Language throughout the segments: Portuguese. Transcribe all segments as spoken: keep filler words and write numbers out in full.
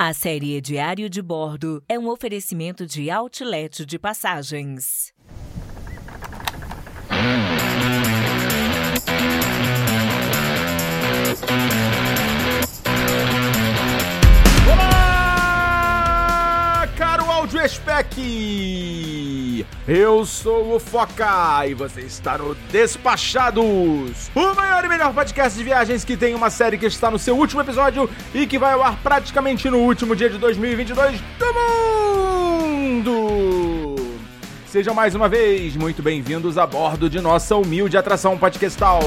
A série Diário de Bordo é um oferecimento de Outlet de Passagens. Olá, caro AudioSpec! Eu sou o Foca e você está no Despachados, o maior e melhor podcast de viagens que tem uma série que está no seu último episódio e que vai ao ar praticamente no último dia de dois mil e vinte e dois do mundo! Sejam mais uma vez muito bem-vindos a bordo de nossa humilde atração podcastal.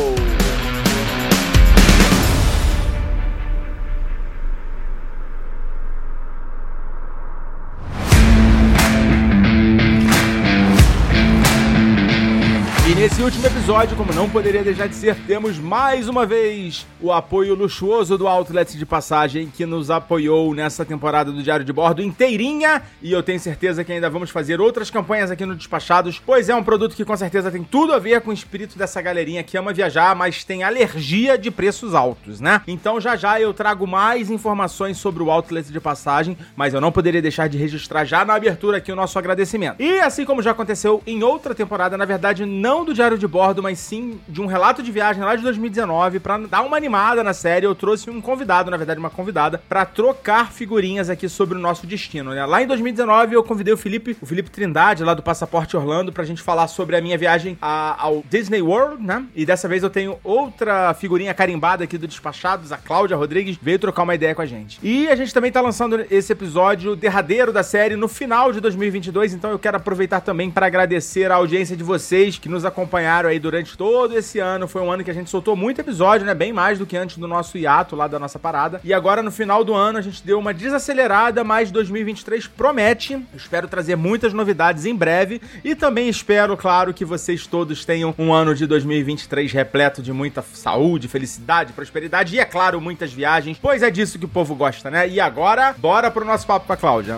E nesse último episódio, como não poderia deixar de ser, temos mais uma vez o apoio luxuoso do Outlet de Passagem, que nos apoiou nessa temporada do Diário de Bordo inteirinha, e eu tenho certeza que ainda vamos fazer outras campanhas aqui no Despachados, pois é um produto que com certeza tem tudo a ver com o espírito dessa galerinha que ama viajar, mas tem alergia de preços altos, né? Então já já eu trago mais informações sobre o Outlet de Passagem, mas eu não poderia deixar de registrar já na abertura aqui o nosso agradecimento. E assim como já aconteceu em outra temporada, na verdade não do Diário de Bordo, mas sim de um relato de viagem lá de dois mil e dezenove, pra dar uma animada na série, eu trouxe um convidado, na verdade uma convidada, pra trocar figurinhas aqui sobre o nosso destino, né? Lá em dois mil e dezenove eu convidei o Felipe, o Felipe Trindade, lá do Passaporte Orlando, pra gente falar sobre a minha viagem a, ao Disney World, né? E dessa vez eu tenho outra figurinha carimbada aqui do Despachados, a Cláudia Rodrigues, veio trocar uma ideia com a gente. E a gente também tá lançando esse episódio derradeiro da série no final de dois mil e vinte e dois, então eu quero aproveitar também pra agradecer a audiência de vocês que nos acompanharam aí durante todo esse ano. Foi um ano que a gente soltou muito episódio, né? Bem mais do que antes do nosso hiato lá da nossa parada. E agora no final do ano a gente deu uma desacelerada, mas dois mil e vinte e três promete. Eu espero trazer muitas novidades em breve e também espero, claro, que vocês todos tenham um ano de dois mil e vinte e três repleto de muita saúde, felicidade, prosperidade e, é claro, muitas viagens, pois é disso que o povo gosta, né? E agora, bora pro nosso papo com a Cláudia.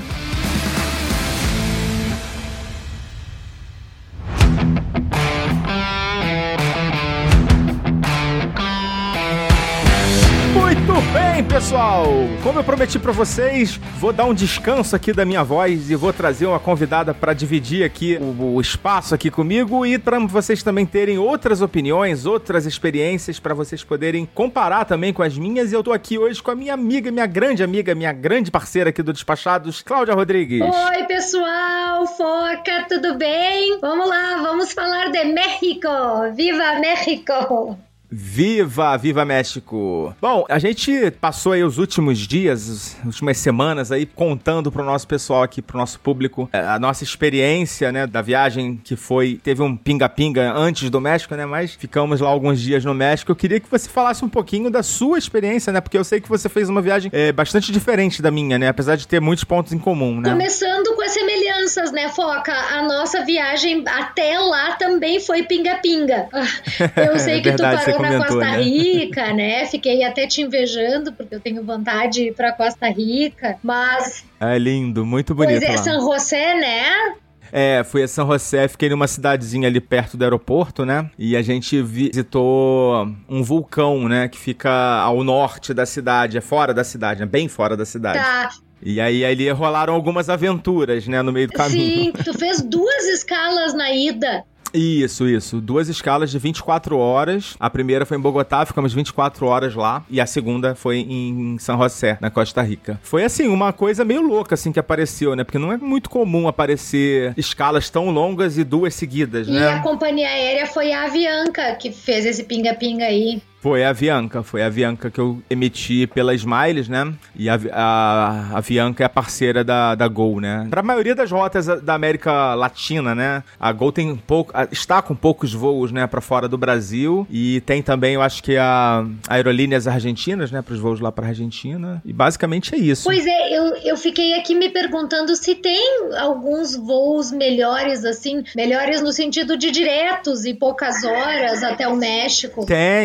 Muito bem, pessoal! Como eu prometi pra vocês, vou dar um descanso aqui da minha voz e vou trazer uma convidada pra dividir aqui o, o espaço aqui comigo e pra vocês também terem outras opiniões, outras experiências, pra vocês poderem comparar também com as minhas. E eu tô aqui hoje com a minha amiga, minha grande amiga, minha grande parceira aqui do Despachados, Cláudia Rodrigues. Oi, pessoal! Foca, tudo bem? Vamos lá, vamos falar de México! Viva México! Viva, viva México! Bom, a gente passou aí os últimos dias, as últimas semanas aí, contando pro nosso pessoal aqui, pro nosso público, a nossa experiência, né, da viagem que foi, teve um pinga-pinga antes do México, né, mas ficamos lá alguns dias no México. Eu queria que você falasse um pouquinho da sua experiência, né, porque eu sei que você fez uma viagem é, bastante diferente da minha, né, apesar de ter muitos pontos em comum, né? Começando com as semelhanças, né, Foca? A nossa viagem até lá também foi pinga-pinga. Eu sei que é verdade, tu parou na Costa Rica, né? né? Fiquei até te invejando, porque eu tenho vontade de ir pra Costa Rica, mas... É lindo, muito bonito Pois é, lá. San José, né? É, fui a São José, fiquei numa cidadezinha ali perto do aeroporto, né? E a gente visitou um vulcão, né? Que fica ao norte da cidade, é fora da cidade, né? Bem fora da cidade. Tá. E aí ali rolaram algumas aventuras, né? No meio do caminho. Sim, tu fez duas escalas na ida. Isso, isso. Duas escalas de vinte e quatro horas. A primeira foi em Bogotá, ficamos vinte e quatro horas lá. E a segunda foi em San José, na Costa Rica. Foi, assim, uma coisa meio louca, assim, que apareceu, né? Porque não é muito comum aparecer escalas tão longas e duas seguidas, e né? E a companhia aérea foi a Avianca que fez esse pinga-pinga aí. Foi a Avianca, foi a Avianca que eu emiti pela Smiles, né? E a, a, a Avianca é a parceira da, da Gol, né? Para a maioria das rotas da América Latina, né? A Gol tem pouco, está com poucos voos, né? Para fora do Brasil. E tem também, eu acho que a Aerolíneas Argentinas, né? Para os voos lá para a Argentina. E basicamente é isso. Pois é, eu, eu fiquei aqui me perguntando se tem alguns voos melhores, assim, melhores no sentido de diretos e poucas horas até o México. Tem, tem, tem.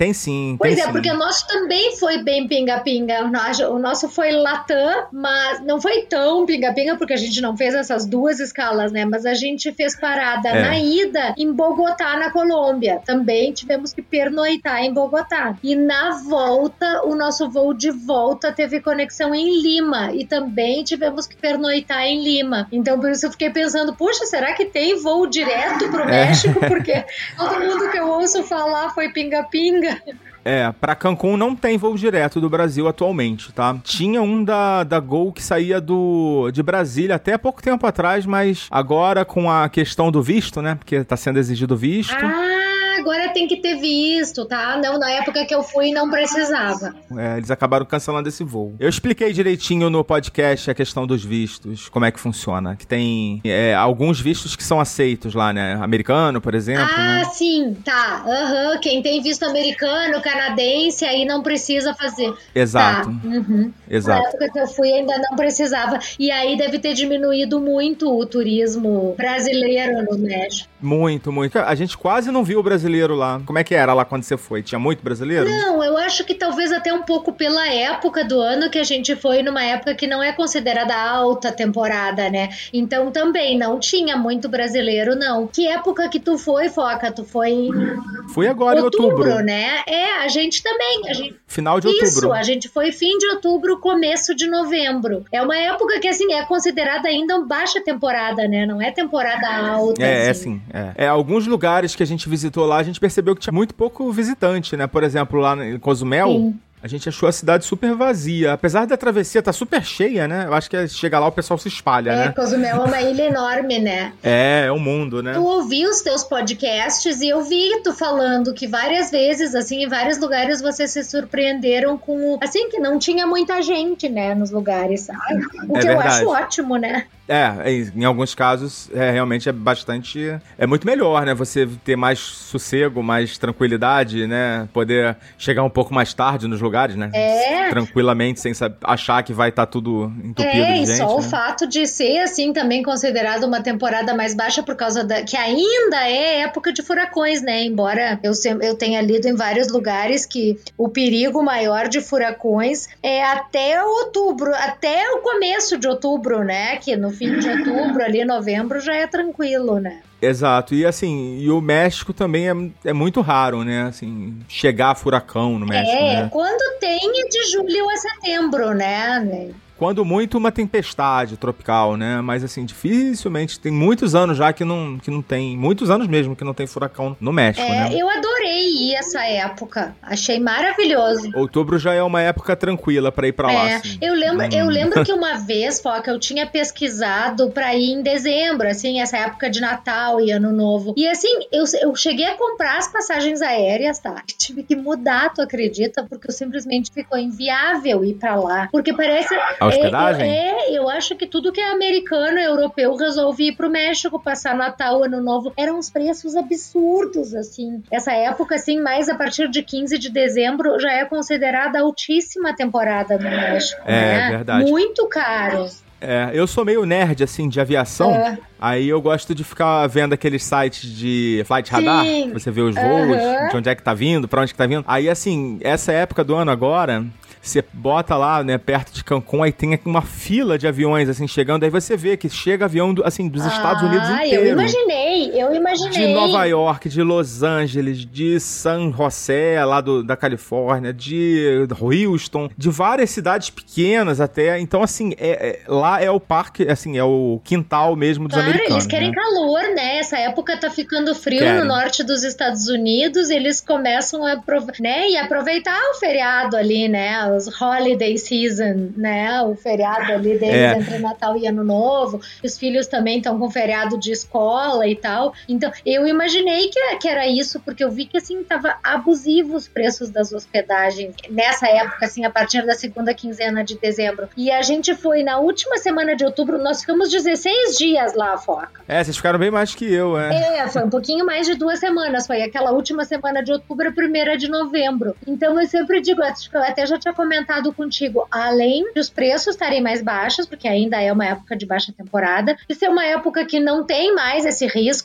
tem sim. Pois tem é, sim. porque o nosso também foi bem pinga-pinga. O nosso foi Latam, mas não foi tão pinga-pinga, porque a gente não fez essas duas escalas, né? Mas a gente fez parada é. na ida em Bogotá, na Colômbia. Também tivemos que pernoitar em Bogotá. E na volta, o nosso voo de volta teve conexão em Lima. E também tivemos que pernoitar em Lima. Então, por isso eu fiquei pensando, puxa, será que tem voo direto pro é. México? Porque todo mundo que eu ouço falar foi pinga-pinga. É, pra Cancún não tem voo direto do Brasil atualmente, tá? Tinha um da, da Gol que saía do, de Brasília até há pouco tempo atrás, mas agora com a questão do visto, né? Porque tá sendo exigido visto. Ah, agora tem que ter visto, tá? Não, na época que eu fui não precisava. É, eles acabaram cancelando esse voo. Eu expliquei direitinho no podcast a questão dos vistos, como é que funciona. Que tem é, alguns vistos que são aceitos lá, né? Americano, por exemplo. Ah, né? sim, tá. Aham, uhum. Quem tem visto americano, canadense, aí não precisa fazer. Exato. Tá. Uhum. Exato. Na época que eu fui ainda não precisava. E aí deve ter diminuído muito o turismo brasileiro no México. Muito, muito. A gente quase não viu o brasileiro lá. Como é que era lá quando você foi? Tinha muito brasileiro? Não, eu acho que talvez até um pouco pela época do ano que a gente foi, numa época que não é considerada alta temporada, né? Então também não tinha muito brasileiro, não. Que época que tu foi, Foca? Tu foi em... Fui agora em outubro. Outubro, né? É, a gente também. A gente... Final de outubro. Isso, a gente foi fim de outubro, começo de novembro. É uma época que, assim, é considerada ainda baixa temporada, né? Não é temporada alta. É, assim. é sim. É. é, alguns lugares que a gente visitou lá, a gente percebeu que tinha muito pouco visitante, né? Por exemplo, lá em Cozumel... Sim. A gente achou a cidade super vazia. Apesar da travessia estar tá super cheia, né? Eu acho que chega lá o pessoal se espalha, é, né? É, Cozumel é uma ilha enorme, né? É, é um mundo, né? Tu ouvi os teus podcasts e eu vi tu falando que várias vezes, assim, em vários lugares vocês se surpreenderam com... Assim, que não tinha muita gente, né? Nos lugares, sabe? O que é eu acho ótimo, né? É, em alguns casos, é, realmente é bastante... É muito melhor, né? Você ter mais sossego, mais tranquilidade, né? Poder chegar um pouco mais tarde nos lugares, né? É. Tranquilamente, sem saber, achar que vai estar tá tudo entupido é, de gente. É, e só né? o fato de ser, assim, também considerado uma temporada mais baixa por causa da... Que ainda é época de furacões, né? Embora eu, eu tenha lido em vários lugares que o perigo maior de furacões é até outubro, até o começo de outubro, né? Que no fim de outubro, ali, novembro, já é tranquilo, né? Exato, e assim, e o México também é, é muito raro, né, assim, chegar furacão no México, É, né? quando tem é de julho a setembro, né? Quando muito, uma tempestade tropical, né? Mas, assim, dificilmente... Tem muitos anos já que não, que não tem... Muitos anos mesmo que não tem furacão no México, é, né? Eu adorei ir essa época. Achei maravilhoso. Outubro já é uma época tranquila pra ir pra lá, é, assim. Eu lembro, hum. eu lembro que uma vez, Foca, eu tinha pesquisado pra ir em dezembro, assim, essa época de Natal e Ano Novo. E, assim, eu, eu cheguei a comprar as passagens aéreas, tá? Tive que mudar, tu acredita? Porque eu simplesmente ficou inviável ir pra lá. Porque parece... A hospedagem? É, é, eu acho que tudo que é americano, europeu, resolve ir pro México, passar Natal, Ano Novo. Eram uns preços absurdos, assim. Essa época, assim, mais a partir de quinze de dezembro, já é considerada altíssima temporada no México, é, né? É, verdade. Muito caro. É, eu sou meio nerd, assim, de aviação. É. Aí eu gosto de ficar vendo aqueles sites de Flight Radar. Sim. Que você vê os voos, uhum. de onde é que tá vindo, pra onde que tá vindo. Aí, assim, essa época do ano agora... Você bota lá, né, perto de Cancún, aí tem uma fila de aviões, assim, chegando. Aí você vê que chega avião, do, assim, dos ah, Estados Unidos inteiro. Ah, eu imaginei, eu imaginei. De Nova York, de Los Angeles, de San José, lá do, da Califórnia, de Houston, de várias cidades pequenas até. Então, assim, é, é, lá é o parque, assim, é o quintal mesmo dos claro, americanos. Eles querem né? calor, né? Essa época tá ficando frio querem. no norte dos Estados Unidos, eles começam a né, e aproveitar o feriado ali, né? Os holiday season, né? O feriado ali deles é. entre Natal e Ano Novo. Os filhos também estão com feriado de escola e tal. Então, eu imaginei que, que era isso, porque eu vi que, assim, tava abusivo os preços das hospedagens nessa época, assim, a partir da segunda quinzena de dezembro. E a gente foi na última semana de outubro, nós ficamos dezesseis dias lá, Foca. É, vocês ficaram bem mais que eu, é. É, foi um pouquinho mais de duas semanas. Foi aquela última semana de outubro, a primeira de novembro. Então, eu sempre digo, acho que eu até já tinha comentado contigo, além de os preços estarem mais baixos, porque ainda é uma época de baixa temporada, e ser uma época que não tem mais esse risco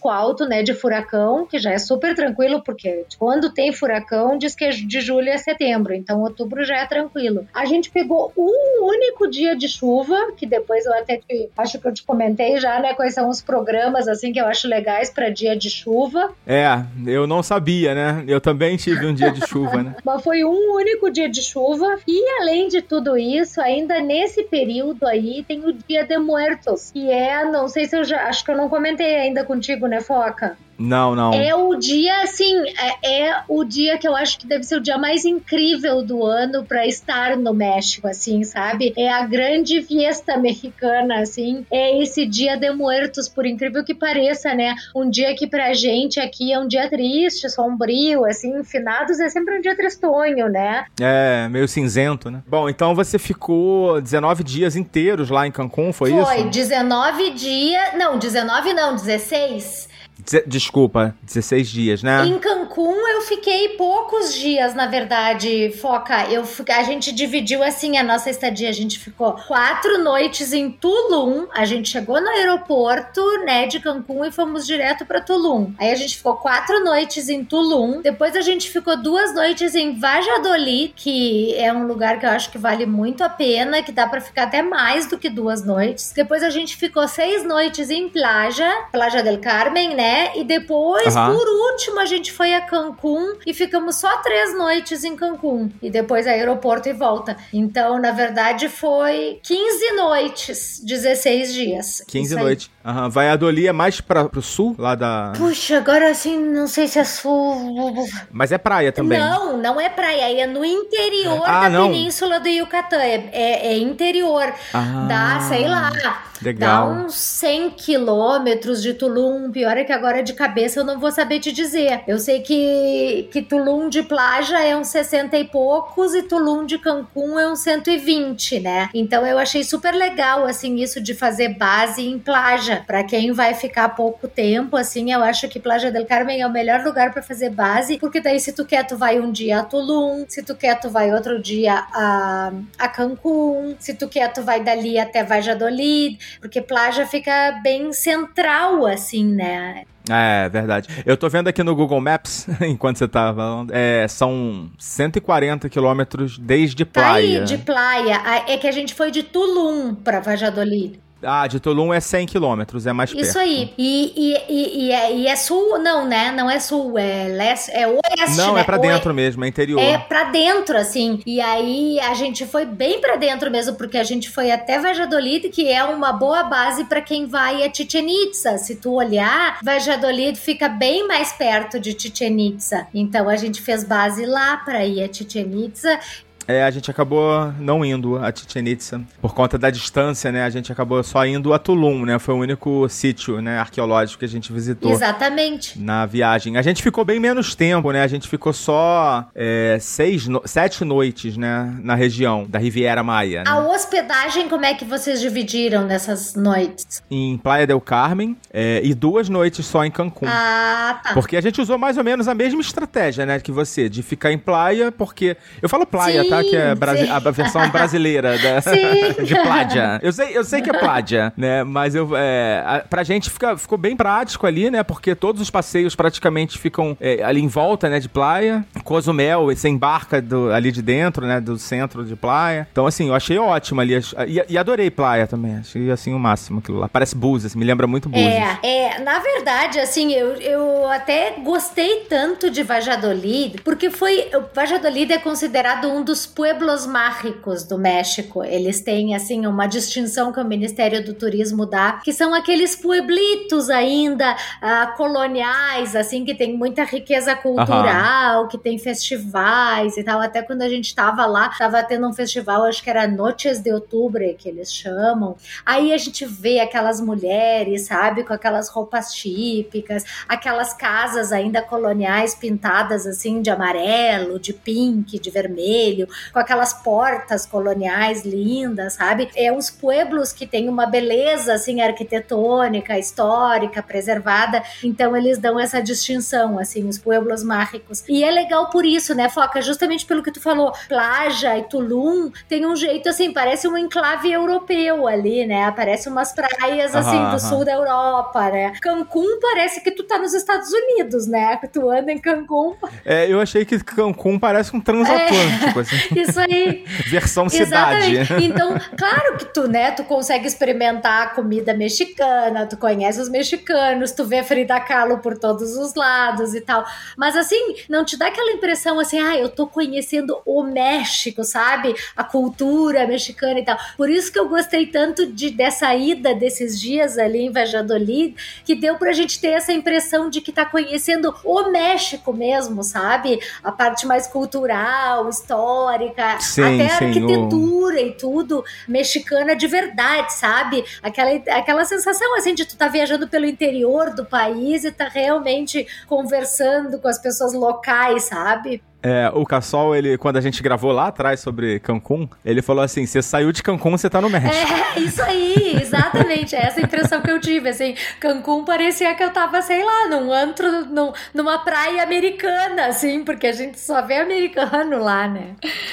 risco alto, né, de furacão, que já é super tranquilo, porque quando tem furacão, diz que é de julho a setembro, então outubro já é tranquilo. A gente pegou um único dia de chuva, que depois eu até te, acho que eu te comentei já, né, quais são os programas, assim, que eu acho legais para dia de chuva. É, eu não sabia, né? Eu também tive um dia de chuva, né? Mas foi um único dia de chuva, e além de tudo isso, ainda nesse período aí, tem o Dia de Muertos, que é, não sei se eu já, acho que eu não comentei ainda contigo, né, Foca? Não, não. É o dia, assim, é, é o dia que eu acho que deve ser o dia mais incrível do ano pra estar no México, assim, sabe? É a grande fiesta mexicana, assim, é esse Dia de Muertos, por incrível que pareça, né? Um dia que pra gente aqui é um dia triste, sombrio, assim, finados é sempre um dia tristonho, né? É, meio cinzento, né? Bom, então você ficou dezenove dias inteiros lá em Cancún, foi, foi isso? Foi, dezenove dias, não, dezenove não, dezesseis. Desculpa, dezesseis dias, né? Em Cancún eu fiquei poucos dias, na verdade, Foca. Eu, a gente dividiu assim a nossa estadia. A gente ficou quatro noites em Tulum. A gente chegou no aeroporto, né, de Cancún e fomos direto pra Tulum. Aí a gente ficou quatro noites em Tulum. Depois a gente ficou duas noites em Valladolid, que é um lugar que eu acho que vale muito a pena, que dá pra ficar até mais do que duas noites. Depois a gente ficou seis noites em Playa, Playa del Carmen, né? E depois, uhum. por último, a gente foi a Cancún e ficamos só três noites em Cancún. E depois aeroporto e volta. Então, na verdade, foi quinze noites, dezesseis dias. quinze noites. Uhum. Valladolid é mais pra, pro sul, lá da... Puxa, agora assim, não sei se é sul... Mas é praia também. Não, não é praia, é no interior ah, da não. Península do Yucatán. É, é, é interior. Ah, dá, sei lá... Legal. Dá uns cem quilômetros de Tulum. Pior é que agora de cabeça eu não vou saber te dizer. Eu sei que, que Tulum de Playa é uns sessenta e poucos e Tulum de Cancún é uns cento e vinte, né? Então eu achei super legal, assim, isso de fazer base em Playa. Pra quem vai ficar pouco tempo, assim, eu acho que Playa del Carmen é o melhor lugar pra fazer base, porque daí se tu quer, tu vai um dia a Tulum, se tu quer, tu vai outro dia a, a Cancún, se tu quer, tu vai dali até Valladolid, porque Playa fica bem central, assim, né? É, verdade. Eu tô vendo aqui no Google Maps, enquanto você tá falando, é, são cento e quarenta quilômetros desde Playa. Tá aí, de Playa. É que a gente foi de Tulum pra Valladolid. Ah, de Tulum é cem quilômetros, é mais perto. Isso aí. E, e, e, e, é, e é sul, não, né? Não é sul, é leste, é oeste, Não, né? é pra dentro o... mesmo, é interior. É pra dentro, assim. E aí a gente foi bem pra dentro mesmo, porque a gente foi até Valladolid, que é uma boa base pra quem vai a Chichén Itzá. Se tu olhar, Valladolid fica bem mais perto de Chichén Itzá. Então a gente fez base lá pra ir a Chichén Itzá. É, a gente acabou não indo a Chichén Itzá por conta da distância, né? A gente acabou só indo a Tulum, né? Foi o único sítio, né, arqueológico que a gente visitou. Exatamente. Na viagem. A gente ficou bem menos tempo, né? A gente ficou só é, seis, no... sete noites, né? Na região da Riviera Maya. Né? A hospedagem, como é que vocês dividiram nessas noites? Em Playa del Carmen é, e duas noites só em Cancún. Ah, tá. Porque a gente usou mais ou menos a mesma estratégia, né? Que você, de ficar em Playa, porque... Eu falo Playa, sim, tá? Que é brasi- a versão brasileira da, de Playa. Eu sei, eu sei que é Playa, né? Mas eu, é, a, pra gente fica, ficou bem prático ali, né? Porque todos os passeios praticamente ficam é, ali em volta, né? De Playa. Cozumel, você embarca do, ali de dentro, né? Do centro de Playa. Então, assim, eu achei ótimo ali. E, e adorei Playa também. Achei, assim, o máximo aquilo lá. Parece Búzios, me lembra muito Búzios. É, é, na verdade, assim, eu, eu até gostei tanto de Valladolid, porque foi... Valladolid é considerado um dos pueblos mágicos do México. Eles têm, assim, uma distinção que o Ministério do Turismo dá, que são aqueles pueblitos ainda uh, coloniais, assim, que tem muita riqueza cultural, uhum. que tem festivais e tal. Até quando a gente tava lá, tava tendo um festival, acho que era Noches de Outubro, que eles chamam. Aí a gente vê aquelas mulheres, sabe, com aquelas roupas típicas, aquelas casas ainda coloniais pintadas, assim, de amarelo, de pink, de vermelho, com aquelas portas coloniais lindas, sabe? É uns pueblos que têm uma beleza, assim, arquitetônica, histórica, preservada, então eles dão essa distinção, assim, os pueblos mágicos. E é legal por isso, né, Foca? Justamente pelo que tu falou, Plaja e Tulum tem um jeito, assim, parece um enclave europeu ali, né? Parece umas praias, assim, aham, do aham. sul da Europa, né? Cancún parece que tu tá nos Estados Unidos, né? Que tu anda em Cancún. É, eu achei que Cancún parece um transatlântico, é, assim. Isso aí. Versão cidade. Exatamente. Então, claro que tu, né, tu consegue experimentar a comida mexicana, tu conhece os mexicanos, tu vê Frida Kahlo por todos os lados e tal. Mas, assim, não te dá aquela impressão, assim, ah, eu tô conhecendo o México, sabe? A cultura mexicana e tal. Por isso que eu gostei tanto de, dessa ida desses dias ali em Valladolid, que deu pra gente ter essa impressão de que tá conhecendo o México mesmo, sabe? A parte mais cultural, histórica, sim, até a sim, arquitetura o... e tudo, mexicana de verdade, sabe? Aquela, aquela sensação, assim, de tu tá viajando pelo interior do país e tá realmente conversando com as pessoas locais, sabe? É, o Cassol, ele, quando a gente gravou lá atrás sobre Cancún, ele falou assim, você saiu de Cancún, você tá no México. É, isso aí, exatamente, é essa impressão que eu tive, assim, Cancún parecia que eu tava, sei lá, num antro, num, numa praia americana, assim, porque a gente só vê americano lá, né?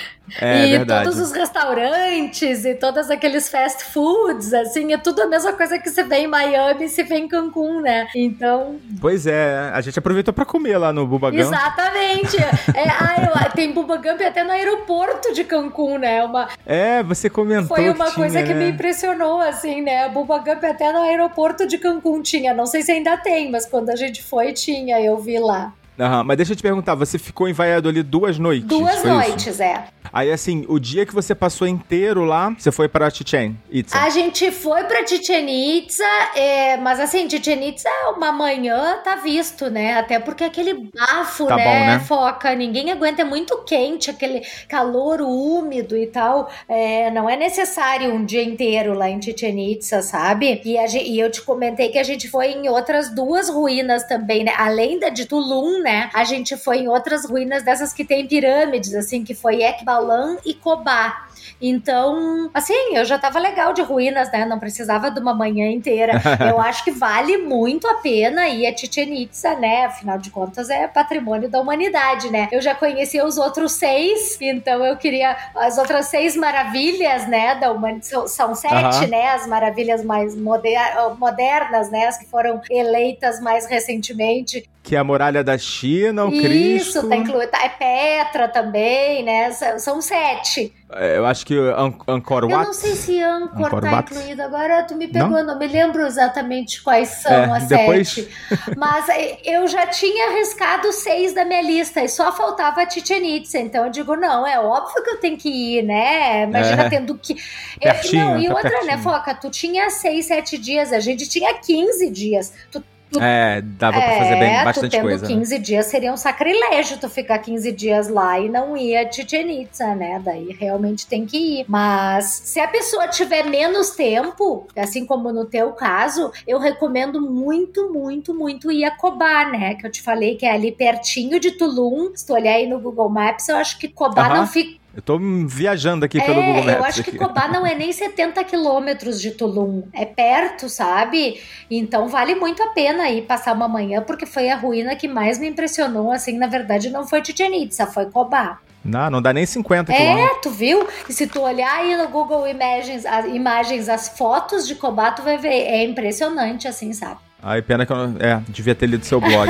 É, e verdade. Todos os restaurantes e todos aqueles fast foods, assim, é tudo a mesma coisa que você vê em Miami e se vê em Cancún, né? Então... Pois é, a gente aproveitou pra comer lá no Bubba Gump. Exatamente. é, ah, eu, tem Bubba Gump até no aeroporto de Cancún, né? Uma... É, você comentou. Foi uma que coisa tinha, que né? me impressionou, assim, né? A Bubba Gump até no aeroporto de Cancún tinha. Não sei se ainda tem, mas quando a gente foi, tinha. Eu vi lá. Aham, mas deixa eu te perguntar, você ficou em Valladolid duas noites? Duas noites, isso? é. Aí, assim, o dia que você passou inteiro lá, você foi pra Chichén Itzá? A gente foi pra Chichén Itzá, é, mas assim, Chichén Itzá, uma manhã tá visto, né? Até porque aquele bafo, tá né, bom, né, Foca? Ninguém aguenta, é muito quente, aquele calor úmido e tal. É, não é necessário um dia inteiro lá em Chichén Itzá, sabe? E, a, e eu te comentei que a gente foi em outras duas ruínas também, né? Além da de Tulum, né? A gente foi em outras ruínas dessas que tem pirâmides, assim, que foi Ekbalam e Kobá. Então, assim, eu já tava legal de ruínas, né? Não precisava de uma manhã inteira. Eu acho que vale muito a pena ir a Chichén Itzá, né? Afinal de contas, é patrimônio da humanidade, né? Eu já conheci os outros seis, então eu queria... As outras seis maravilhas, né? Da humanidade, são, são sete, uhum. né? As maravilhas mais moder, modernas, né? As que foram eleitas mais recentemente. Que é a Muralha da China, o Isso, Cristo... Isso, tá incluído. É Petra também, né? São sete. Eu acho que Angkor Wat... Eu não sei se Angkor, Angkor tá Wat. incluído. Agora tu me pegou, não, não me lembro exatamente quais são é, as depois... sete. Mas eu já tinha arriscado seis da minha lista e só faltava Chichén Itzá. Então eu digo, não, é óbvio que eu tenho que ir, né? Imagina é. tendo que... Pertinho, não, e tá outra, pertinho. né, Foca? Tu tinha seis, sete dias, a gente tinha quinze dias. Tu É, dava pra fazer bem, bastante tu tendo coisa. quinze né? dias seria um sacrilégio tu ficar quinze dias lá e não ir a Chichén Itzá, né? Daí realmente tem que ir. Mas se a pessoa tiver menos tempo, assim como no teu caso, eu recomendo muito, muito, muito ir a Kobá, né? Que eu te falei que é ali pertinho de Tulum. Se tu olhar aí no Google Maps, eu acho que Kobá uh-huh. não fica... Eu tô viajando aqui pelo é, Google Maps. Eu acho aqui. que Kobá não é nem setenta quilômetros de Tulum. É perto, sabe? Então vale muito a pena ir passar uma manhã, porque foi a ruína que mais me impressionou. Assim, na verdade, não foi Chichén Itzá, foi Kobá. Não, não dá nem cinquenta quilômetros. É, tu viu? E se tu olhar aí no Google Imagens, as imagens, as fotos de Kobá, tu vai ver. É impressionante, assim, sabe? Ai, pena que eu não... É, devia ter lido seu blog.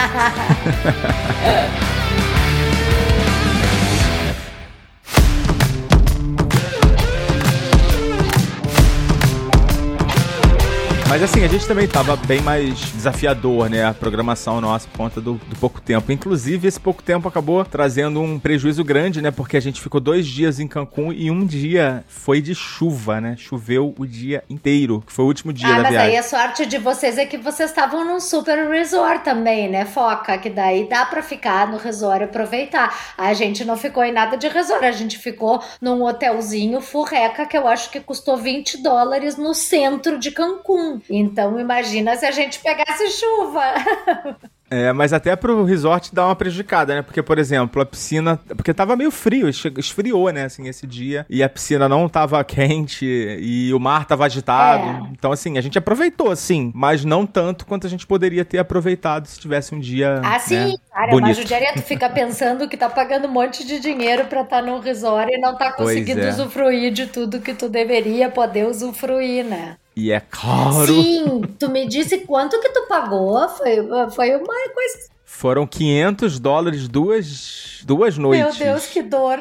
Mas assim, a gente também tava bem mais desafiador, né? A programação nossa por conta do, do pouco tempo. Inclusive, esse pouco tempo acabou trazendo um prejuízo grande, né? Porque a gente ficou dois dias em Cancún e um dia foi de chuva, né? Choveu o dia inteiro, que foi o último dia ah, da viagem. Ah, mas aí a sorte de vocês é que vocês estavam num super resort também, né, Foca? Que daí dá pra ficar no resort e aproveitar. A gente não ficou em nada de resort, a gente ficou num hotelzinho furreca que eu acho que custou vinte dólares no centro de Cancún. Então, imagina se a gente pegasse chuva. É, mas até pro resort dá uma prejudicada, né? Porque, por exemplo, a piscina... Porque tava meio frio, esfriou, né, assim, esse dia. E a piscina não tava quente e o mar tava agitado. É. Então, assim, a gente aproveitou, sim, mas não tanto quanto a gente poderia ter aproveitado se tivesse um dia, Ah, sim, né, cara, bonito. Mas judiaria, tu fica pensando que tá pagando um monte de dinheiro pra estar num resort e não tá conseguindo é. usufruir de tudo que tu deveria poder usufruir, né? E é caro. Sim, tu me disse quanto que tu pagou, foi, foi uma coisa... Foram quinhentos dólares duas, duas noites. Meu Deus, que dor.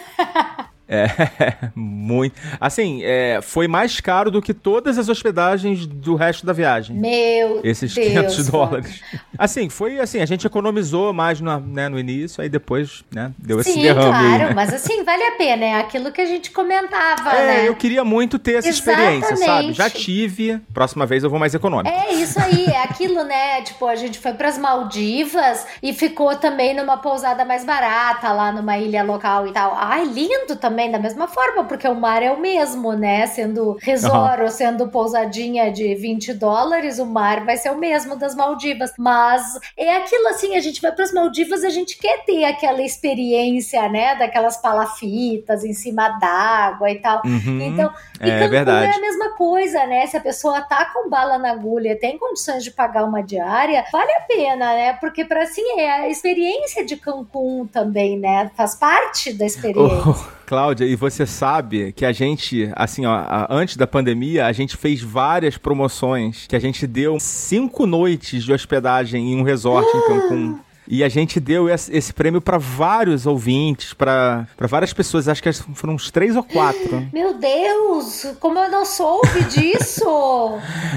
É, muito. Assim, é, foi mais caro do que todas as hospedagens do resto da viagem. Meu Esses Deus. quinhentos dólares. Assim, foi assim, a gente economizou mais no, né, no início, aí depois, né, deu Sim, esse derrame. Sim, claro, aí. Mas assim, vale a pena, é aquilo que a gente comentava, é, né? eu queria muito ter essa Exatamente. experiência, sabe? Já tive, próxima vez eu vou mais econômico. É isso aí, é aquilo, né? Tipo, a gente foi pras Maldivas e ficou também numa pousada mais barata, lá numa ilha local e tal. Ai, lindo também, da mesma forma, porque o mar é o mesmo, né? Sendo resort uhum. ou sendo pousadinha de vinte dólares, o mar vai ser o mesmo das Maldivas. Mas é aquilo assim, a gente vai pras Maldivas, a gente quer ter aquela experiência, né? Daquelas palafitas em cima d'água e tal. Uhum. Então, e é Cancún verdade. é a mesma coisa, né? Se a pessoa tá com bala na agulha, tem condições de pagar uma diária, vale a pena, né? Porque para assim, é a experiência de Cancún também, né? Faz parte da experiência. Oh. Cláudia, e você sabe que a gente, assim, ó, antes da pandemia, a gente fez várias promoções que a gente deu cinco noites de hospedagem em um resort em Cancún. E a gente deu esse, esse prêmio para vários ouvintes, para várias pessoas, acho que foram uns três ou quatro. Meu Deus, como eu não soube disso!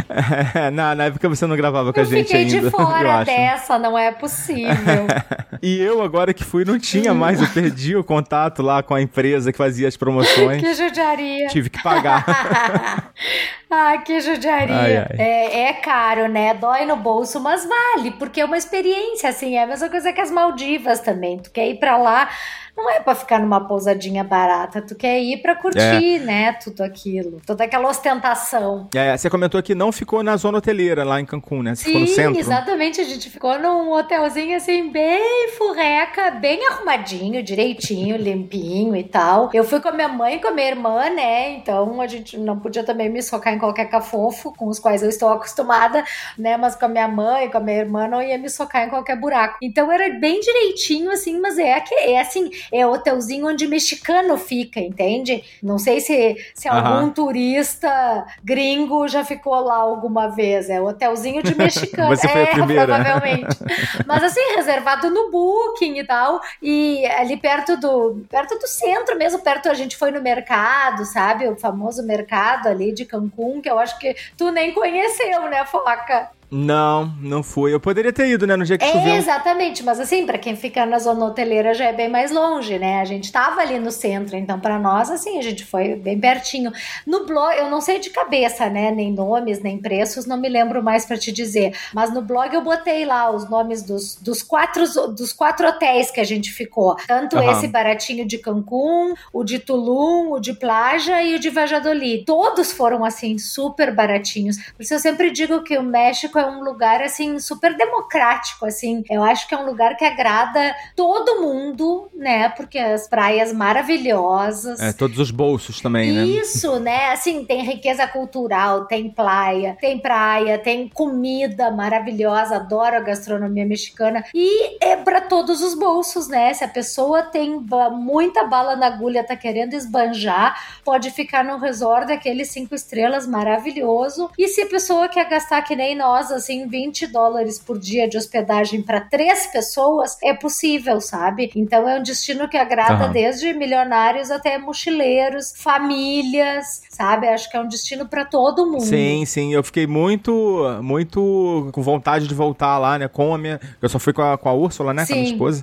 É, na, na época você não gravava com eu a gente ainda. Eu fiquei de fora dessa, não é possível. E eu agora que fui, não tinha mais, eu perdi o contato lá com a empresa que fazia as promoções. Que judiaria. Tive que pagar. Ah, que judiaria. Ai, ai. É, é caro, né? Dói no bolso, mas vale, porque é uma experiência, assim, é a mesma coisa que as Maldivas também. Tu quer ir pra lá, não é pra ficar numa pousadinha barata, tu quer ir pra curtir, é. né, tudo aquilo, toda aquela ostentação. É, você comentou que não ficou na zona hoteleira lá em Cancún, né? Você Sim, ficou no centro. Exatamente, a gente ficou num hotelzinho assim, bem furreca, bem arrumadinho, direitinho, limpinho e tal. Eu fui com a minha mãe e com a minha irmã, né, então a gente não podia também me socar em qualquer cafofo com os quais eu estou acostumada, né, mas com a minha mãe e com a minha irmã não ia me socar em qualquer buraco. Então era bem direitinho, assim, mas é, é assim, é hotelzinho onde mexicano fica, entende? Não sei se, se uhum. algum turista gringo já ficou lá alguma vez. É hotelzinho de mexicano. Você foi é, a primeira. Provavelmente. Mas assim, reservado no Booking e tal. E ali perto do, perto do centro mesmo, perto a gente foi no mercado, sabe? O famoso mercado ali de Cancún, que eu acho que tu nem conheceu, né, Foca? Não, não fui. Eu poderia ter ido, né, no dia que é, choveu. Exatamente, mas assim, pra quem fica na zona hoteleira já é bem mais longe, né? A gente tava ali no centro, então pra nós, assim, a gente foi bem pertinho. No blog, eu não sei de cabeça, né, nem nomes, nem preços, não me lembro mais pra te dizer, mas no blog eu botei lá os nomes dos, dos, quatro, dos quatro hotéis que a gente ficou. Tanto uhum. esse baratinho de Cancún, o de Tulum, o de Plaja e o de Valladolid. Todos foram, assim, super baratinhos. Por isso eu sempre digo que o México é um lugar, assim, super democrático, assim. Eu acho que é um lugar que agrada todo mundo, né? Porque as praias maravilhosas. É, todos os bolsos também, né? Isso, né? Assim, tem riqueza cultural, tem praia, tem praia, tem comida maravilhosa, adoro a gastronomia mexicana. E é pra todos os bolsos, né? Se a pessoa tem muita bala na agulha, tá querendo esbanjar, pode ficar num resort daqueles cinco estrelas maravilhoso. E se a pessoa quer gastar que nem nós, assim, vinte dólares por dia de hospedagem para três pessoas, é possível, sabe? Então é um destino que agrada uhum. desde milionários até mochileiros, famílias, sabe? Acho que é um destino para todo mundo. Sim, sim. Eu fiquei muito, muito com vontade de voltar lá, né? Com a minha... Eu só fui com a, com a Úrsula, né? Sim. Com a minha esposa.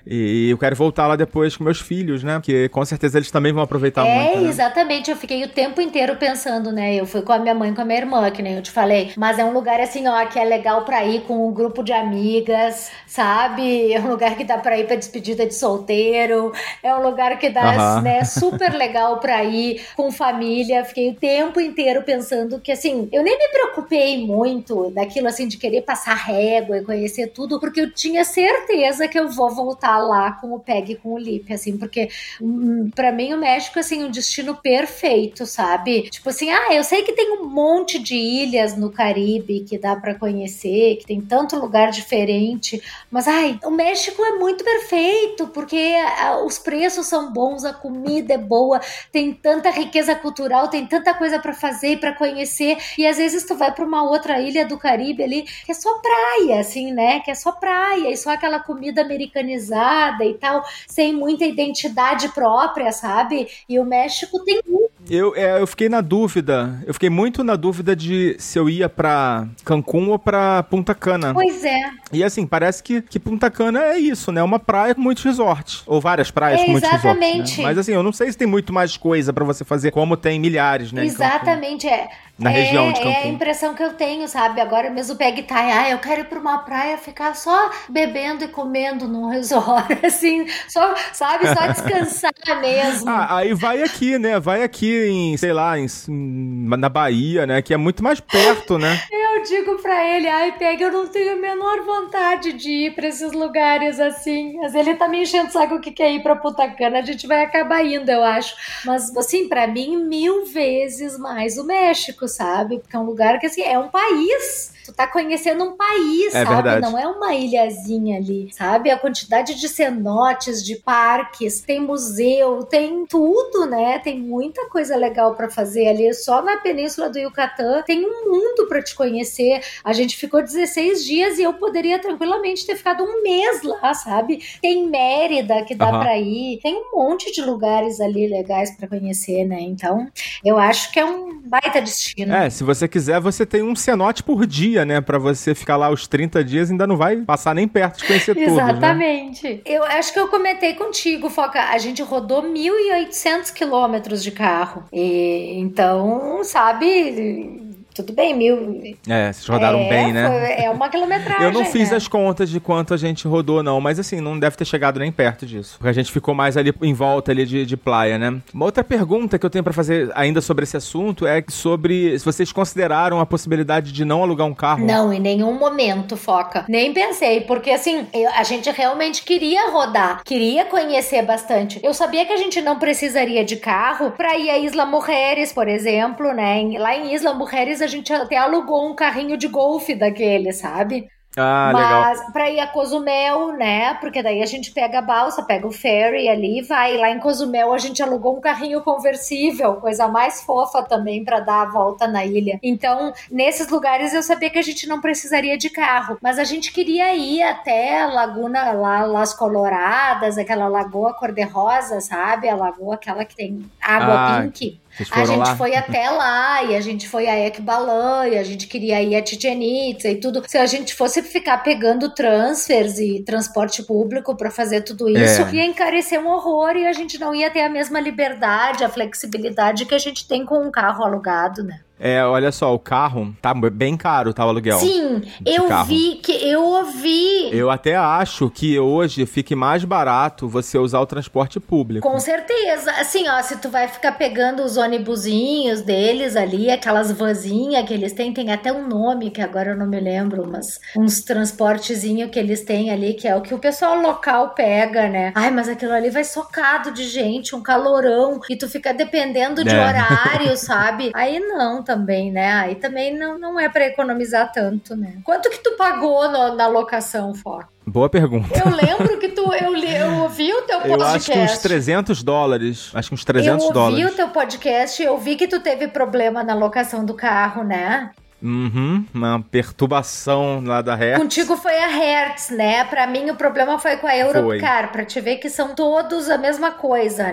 E eu quero voltar lá depois com meus filhos, né? Porque com certeza eles também vão aproveitar é, muito. É, né? Exatamente. Eu fiquei o tempo inteiro pensando, né? Eu fui com a minha mãe e com a minha irmã, que nem eu te falei. Mas é um lugar assim, ó, que é legal pra ir com um grupo de amigas, sabe? É um lugar que dá pra ir pra despedida de solteiro. É um lugar que dá, uh-huh. né? Super legal pra ir com família. Fiquei o tempo inteiro pensando que, assim, eu nem me preocupei muito daquilo, assim, de querer passar régua e conhecer tudo, porque eu tinha certeza que eu vou voltar lá com o Peg e com o Lipe, assim, porque hum, pra mim o México, assim, um destino perfeito, sabe? Tipo assim, ah, eu sei que tem um monte de ilhas no Caribe que dá pra conhecer, que tem tanto lugar diferente, mas, ai, o México é muito perfeito, porque a, os preços são bons, a comida é boa, tem tanta riqueza cultural, tem tanta coisa pra fazer, pra conhecer, e às vezes tu vai pra uma outra ilha do Caribe ali, que é só praia, assim, né? Que é só praia e só aquela comida americanizada e tal, sem muita identidade própria, sabe? E o México tem muito. Eu, é, eu fiquei na dúvida, eu fiquei muito na dúvida de se eu ia pra Cancún ou pra Punta Cana. Pois é. E assim, parece que, que Punta Cana é isso, né? Uma praia com muitos resorts. Ou várias praias é, com muitos exatamente. resorts. Né? Mas assim, eu não sei se tem muito mais coisa pra você fazer, como tem milhares, né? Exatamente, é. Na é, região de Cancún. É a impressão que eu tenho, sabe? Agora mesmo o Peg tá, ah, eu quero ir pra uma praia ficar só bebendo e comendo num resort, assim, só, sabe? Só descansar mesmo. Ah, aí vai aqui, né? Vai aqui em, sei lá, em, na Bahia, né? Que é muito mais perto, né? Eu digo pra ele, ai, Peg, eu não tenho a menor vontade de ir pra esses lugares assim. Mas ele tá me enchendo o saco que quer ir pra Punta Cana, a gente vai acabar indo, eu acho. Mas, assim, pra mim, mil vezes mais o México, sabe? Porque é um lugar que, assim, é um país. Tu tá conhecendo um país, é sabe? Verdade. Não é uma ilhazinha ali, sabe? A quantidade de cenotes, de parques, tem museu, tem tudo, né? Tem muita coisa legal pra fazer ali. Só na Península do Yucatán tem um mundo pra te conhecer. A gente ficou dezesseis dias e eu poderia tranquilamente ter ficado um mês lá, sabe? Tem Mérida que dá uhum. pra ir. Tem um monte de lugares ali legais pra conhecer, né? Então, eu acho que é um baita destino. É, se você quiser, você tem um cenote por dia, né? Pra você ficar lá os trinta dias e ainda não vai passar nem perto de conhecer tudo. Exatamente. Né? Eu acho que eu comentei contigo, Foca, a gente rodou mil e oitocentos quilômetros de carro. E, então, sabe... Tudo bem, mil... É, vocês rodaram é, bem, né? Foi, é uma quilometragem. Eu não fiz né? as contas de quanto a gente rodou, não. Mas assim, não deve ter chegado nem perto disso. Porque a gente ficou mais ali em volta ali de, de praia, né? Uma outra pergunta que eu tenho pra fazer ainda sobre esse assunto é sobre se vocês consideraram a possibilidade de não alugar um carro. Não, em nenhum momento, Foca. Nem pensei, porque assim, eu, a gente realmente queria rodar. Queria conhecer bastante. Eu sabia que a gente não precisaria de carro pra ir a Isla Mujeres, por exemplo, né? Lá em Isla Mujeres a gente até alugou um carrinho de golfe daquele, sabe? Ah, Mas legal. Pra ir a Cozumel, né? Porque daí a gente pega a balsa, pega o ferry ali e vai. Lá em Cozumel a gente alugou um carrinho conversível, coisa mais fofa também pra dar a volta na ilha. Então, nesses lugares eu sabia que a gente não precisaria de carro, mas a gente queria ir até a Laguna lá, Las Coloradas, aquela lagoa cor-de-rosa, sabe? A lagoa aquela que tem água ah. pink. A gente lá? foi até lá e a gente foi a Ekbalan e a gente queria ir a Chichen Itza e tudo. Se a gente fosse ficar pegando transfers e transporte público pra fazer tudo isso, é. ia encarecer um horror e a gente não ia ter a mesma liberdade, a flexibilidade que a gente tem com um carro alugado, né? É, olha só, o carro tá bem caro, tá, o aluguel. Sim, eu carro. vi, que eu ouvi. Eu até acho que hoje fique mais barato você usar o transporte público. Com certeza. Assim, ó, se tu vai ficar pegando os ônibusinhos deles ali, aquelas vanzinhas que eles têm, tem até um nome que agora eu não me lembro, mas uns transportezinhos que eles têm ali, que é o que o pessoal local pega, né? Ai, mas aquilo ali vai socado de gente, um calorão, e tu fica dependendo de é. horário, sabe? Aí não, também, né? Aí também não, não é pra economizar tanto, né? Quanto que tu pagou no, na locação, Foca? Boa pergunta. Eu lembro que tu, eu, eu ouvi o teu podcast. Eu acho que uns trezentos dólares. Acho que uns trezentos dólares. Eu ouvi dólares. o teu podcast e eu vi que tu teve problema na locação do carro, né? Uhum, uma perturbação lá da Hertz. Contigo foi a Hertz, né? Pra mim o problema foi com a Europcar, foi. Pra te ver que são todos a mesma coisa, né?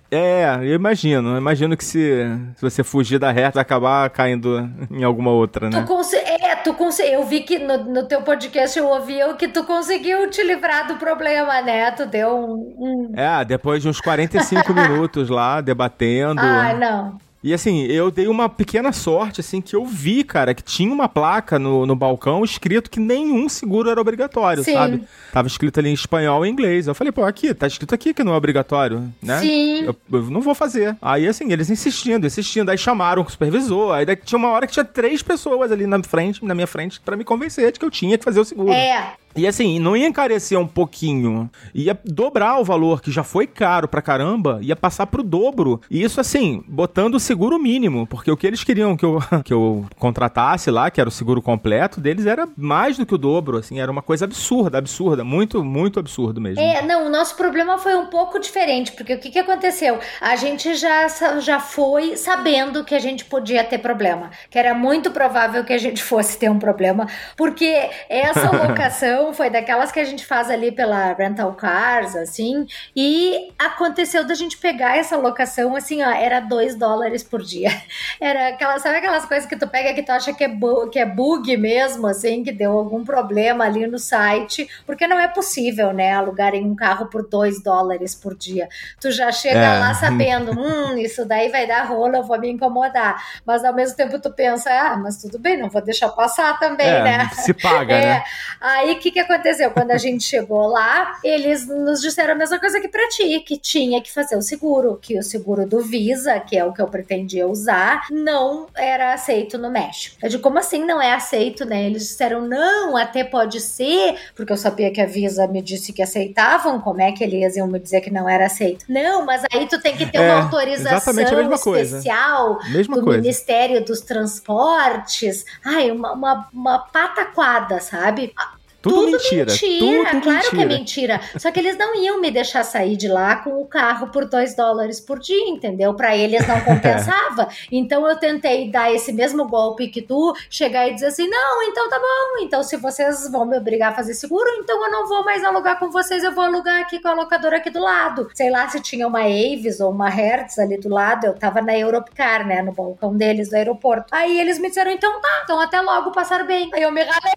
É, eu imagino. Eu imagino que se, se você fugir da reta, vai acabar caindo em alguma outra, né? Tu cons- é, tu cons- eu vi que no, no teu podcast eu ouvi que tu conseguiu te livrar do problema, né? Tu deu um... um... É, depois de uns quarenta e cinco minutos lá, debatendo... Ah, não. E assim, eu dei uma pequena sorte, assim, que eu vi, cara, que tinha uma placa no, no balcão escrito que nenhum seguro era obrigatório, Sim. sabe? Tava escrito ali em espanhol e inglês. Eu falei, pô, aqui, tá escrito aqui que não é obrigatório, né? Sim. Eu, eu não vou fazer. Aí, assim, eles insistindo, insistindo. Aí chamaram o supervisor. Aí daqui, tinha uma hora que tinha três pessoas ali na frente, na minha frente, pra me convencer de que eu tinha que fazer o seguro. É. E assim, não ia encarecer um pouquinho, ia dobrar o valor, que já foi caro pra caramba, ia passar pro dobro. E isso assim, botando o seguro mínimo, porque o que eles queriam que eu, que eu contratasse lá, que era o seguro completo deles, era mais do que o dobro, assim, era uma coisa absurda, absurda, muito, muito absurdo mesmo. É, não, o nosso problema foi um pouco diferente, porque o que que aconteceu? A gente já, já foi sabendo que a gente podia ter problema, que era muito provável que a gente fosse ter um problema, porque essa locação foi daquelas que a gente faz ali pela Rental Cars, assim, e aconteceu da gente pegar essa locação, assim, ó, era dois dólares por dia. Era aquela, sabe aquelas coisas que tu pega que tu acha que é, bu- que é bug mesmo, assim, que deu algum problema ali no site, porque não é possível, né, alugarem um carro por dois dólares por dia. Tu já chega É. lá sabendo, hum, isso daí vai dar rolo, eu vou me incomodar. Mas ao mesmo tempo tu pensa, ah, mas tudo bem, não vou deixar passar também, É, né? se paga, É. né? Aí o que que aconteceu? Quando a gente chegou lá, eles nos disseram a mesma coisa que pra ti, que tinha que fazer o seguro, que o seguro do Visa, que é o que eu pretendia usar, não era aceito no México. Eu digo, como assim não é aceito, né? Eles disseram, não, até pode ser, porque eu sabia que a Visa me disse que aceitavam, como é que eles iam me dizer que não era aceito? Não, mas aí tu tem que ter É, uma autorização exatamente a mesma coisa. especial Mesma do coisa. Ministério dos Transportes. Ai, uma, uma, uma pataquada, sabe? Tudo, tudo mentira. mentira. Tudo Claro mentira. que é mentira. Só que eles não iam me deixar sair de lá com o carro por dois dólares por dia, entendeu? Pra eles não compensava. Então eu tentei dar esse mesmo golpe que tu, chegar e dizer assim, não, então tá bom. Então se vocês vão me obrigar a fazer seguro, então eu não vou mais alugar com vocês, eu vou alugar aqui com a locadora aqui do lado. Sei lá se tinha uma Avis ou uma Hertz ali do lado, eu tava na Europcar, né, no balcão deles do aeroporto. Aí eles me disseram, então tá, então até logo, passar bem. Aí eu me ralei,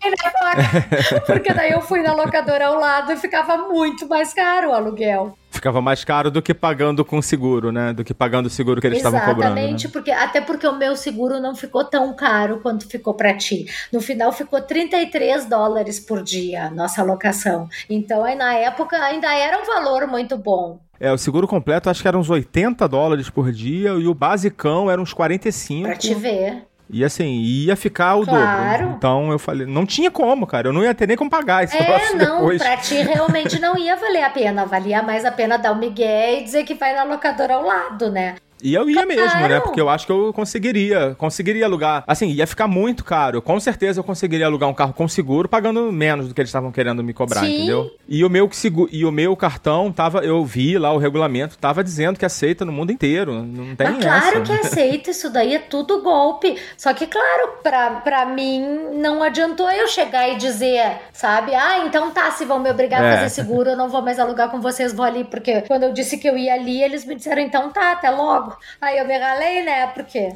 né, porque daí eu fui na locadora ao lado e ficava muito mais caro o aluguel. Ficava mais caro do que pagando com seguro, né? Do que pagando o seguro que eles estavam cobrando. Exatamente, né? porque, até porque o meu seguro não ficou tão caro quanto ficou pra ti. No final ficou trinta e três dólares por dia a nossa locação. Então aí na época ainda era um valor muito bom. É, o seguro completo acho que era uns oitenta dólares por dia e o basicão era uns quarenta e cinco. Pra te ver. E assim, ia ficar o Claro. dobro. Então eu falei, não tinha como, cara. Eu não ia ter nem como pagar esse É, troço não, depois. pra ti realmente não ia valer a pena. Valia mais a pena dar o migué e dizer que vai na locadora ao lado, né? E eu ia mesmo, Claro. né? Porque eu acho que eu conseguiria, conseguiria alugar. Assim, ia ficar muito caro. Com certeza eu conseguiria alugar um carro com seguro, pagando menos do que eles estavam querendo me cobrar, Sim. entendeu? E o meu seguro, e o meu cartão tava, eu vi lá o regulamento, tava dizendo que aceita no mundo inteiro. Não tem Mas claro essa. que aceita, isso daí é tudo golpe. Só que, claro, pra, pra mim não adiantou eu chegar e dizer, sabe? Ah, então tá, se vão me obrigar É. a fazer seguro, eu não vou mais alugar com vocês, vou ali. Porque quando eu disse que eu ia ali, eles me disseram, então tá, até logo. Aí eu me ralei, né? Porque...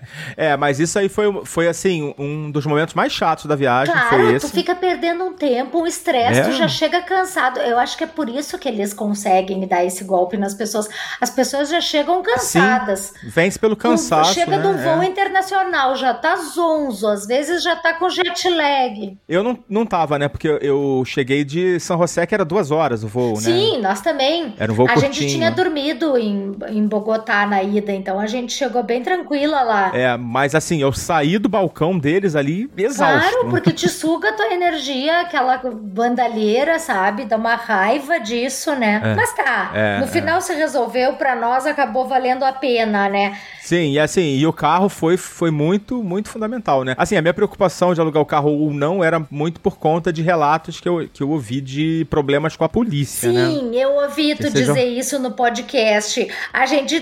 É, mas isso aí foi, foi assim, um dos momentos mais chatos da viagem, foi Claro, esse. tu fica perdendo um tempo, um estresse, É. tu já chega cansado. Eu acho que é por isso que eles conseguem dar esse golpe nas pessoas. As pessoas já chegam cansadas. Vence pelo Tu cansaço, chega né? de um voo É. internacional, já tá zonzo, às vezes já tá com jet lag. Eu não, não tava, né? Porque eu cheguei de São José, que era duas horas o voo, né? Sim, nós também. Era um voo a curtinho. gente tinha dormido em, em Bogotá na ida, então a gente chegou bem tranquila lá. É, mas assim, eu saí do balcão deles ali exausto. Claro, porque te suga a tua energia, aquela bandalheira, sabe? Dá uma raiva disso, né? É, Mas tá, é, no é. final se resolveu, pra nós acabou valendo a pena, né? Sim, e assim, e o carro foi, foi muito, muito fundamental, né? Assim, a minha preocupação de alugar o carro ou não era muito por conta de relatos que eu, que eu ouvi de problemas com a polícia, né? Sim, eu ouvi tu Esse dizer já- isso no podcast. A gente teve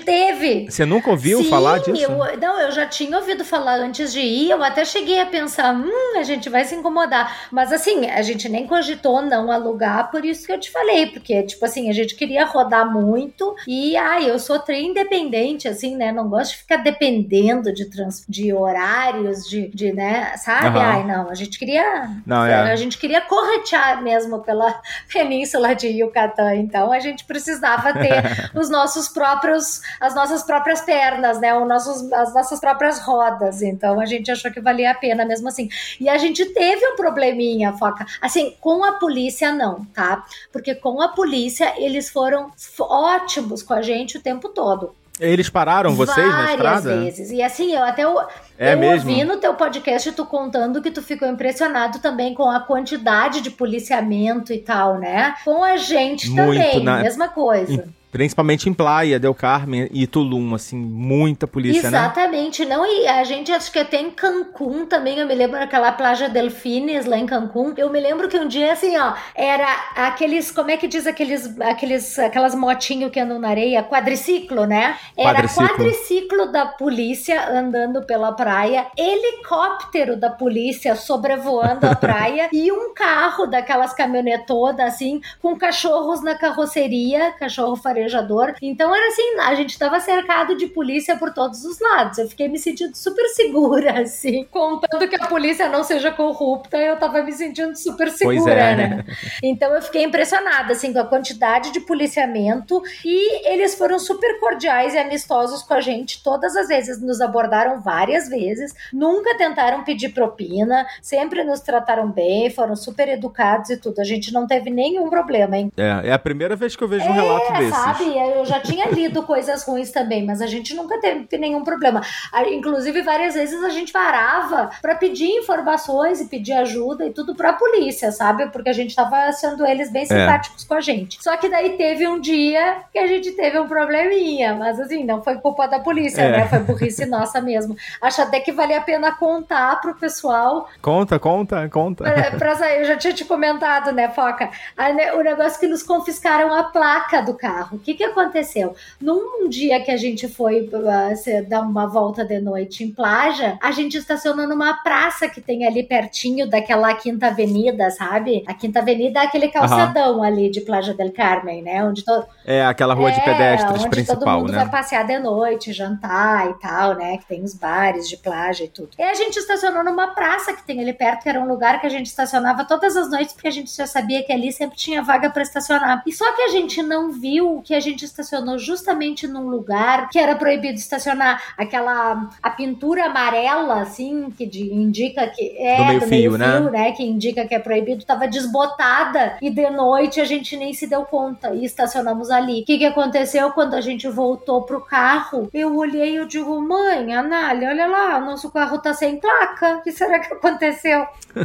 teve. Você nunca ouviu Sim, falar disso? Eu, não, eu já tinha ouvido falar antes de ir, eu até cheguei a pensar, hum, a gente vai se incomodar. Mas assim, a gente nem cogitou não alugar, por isso que eu te falei, porque, tipo assim, a gente queria rodar muito e, ai, eu sou tri independente, assim, né, não gosto de ficar dependendo de, trans, de horários, de, de, né, sabe? Uhum. Ai, não, a gente queria, não, é. a gente queria corretear mesmo pela península de Yucatán, então a gente precisava ter os nossos próprios, as nossas próprias pernas, né, os nossos, as nossas próprias rodas, então a gente achou que valia a pena mesmo assim. E a gente teve um probleminha, Foca, assim, com a polícia não, tá? Porque com a polícia eles foram ótimos com a gente o tempo todo. Eles pararam vocês Várias na estrada? Várias vezes. E assim, eu até eu, é eu mesmo? ouvi no teu podcast tu contando que tu ficou impressionado também com a quantidade de policiamento e tal, né? Com a gente Muito, também, na... mesma coisa. Em... Principalmente em Playa del Carmen e Tulum, assim, muita polícia, Exatamente, né? Não, e a gente acho que até em Cancún também, eu me lembro daquela Plaja Delfines lá em Cancún, eu me lembro que um dia, assim, ó, era aqueles, como é que diz aqueles, aqueles aquelas motinhos que andam na areia, quadriciclo, né? Era quadriciclo. quadriciclo da polícia andando pela praia, helicóptero da polícia sobrevoando a praia e um carro daquelas caminhonetonas, assim, com cachorros na carroceria, cachorro farejador. Então era assim, a gente tava cercado de polícia por todos os lados. Eu fiquei me sentindo super segura, assim. Contando que a polícia não seja corrupta, eu tava me sentindo super segura, pois é, né? Então eu fiquei impressionada, assim, com a quantidade de policiamento e eles foram super cordiais e amistosos com a gente todas as vezes. Nos abordaram várias vezes, nunca tentaram pedir propina, sempre nos trataram bem, foram super educados e tudo. A gente não teve nenhum problema, hein? É, é a primeira vez que eu vejo um é, relato desse. Sabe? Eu já tinha lido coisas ruins também, mas a gente nunca teve nenhum problema. Inclusive, várias vezes a gente parava para pedir informações e pedir ajuda e tudo pra polícia, sabe? Porque a gente tava sendo eles bem simpáticos é. com a gente. Só que daí teve um dia que a gente teve um probleminha, mas assim, não foi culpa da polícia, é. né? Foi burrice nossa mesmo. Acho até que vale a pena contar pro pessoal. Conta, conta, conta. Pra, pra, eu já tinha te comentado, né, Foca? O negócio que nos confiscaram a placa do carro. O que que aconteceu? Num dia que a gente foi uh, dar uma volta de noite em Plaja, a gente estacionou numa praça que tem ali pertinho daquela Quinta Avenida, sabe? A Quinta Avenida é aquele calçadão uhum. ali de Plaja del Carmen, né? Onde to... É, aquela rua é, de pedestres onde principal, todo mundo né? vai passear de noite, jantar e tal, né? Que tem os bares de Plaja e tudo. E a gente estacionou numa praça que tem ali perto, que era um lugar que a gente estacionava todas as noites, porque a gente já sabia que ali sempre tinha vaga pra estacionar. E só que a gente não viu que a gente estacionou justamente num lugar que era proibido estacionar. Aquela, a pintura amarela, assim, que de, indica que é do meio, do meio fio, fio, né? né? Que indica que é proibido, tava desbotada e de noite a gente nem se deu conta e estacionamos ali. O que que aconteceu quando a gente voltou pro carro? Eu olhei e eu digo, mãe, Anália, olha lá, o nosso carro tá sem placa. O que será que aconteceu?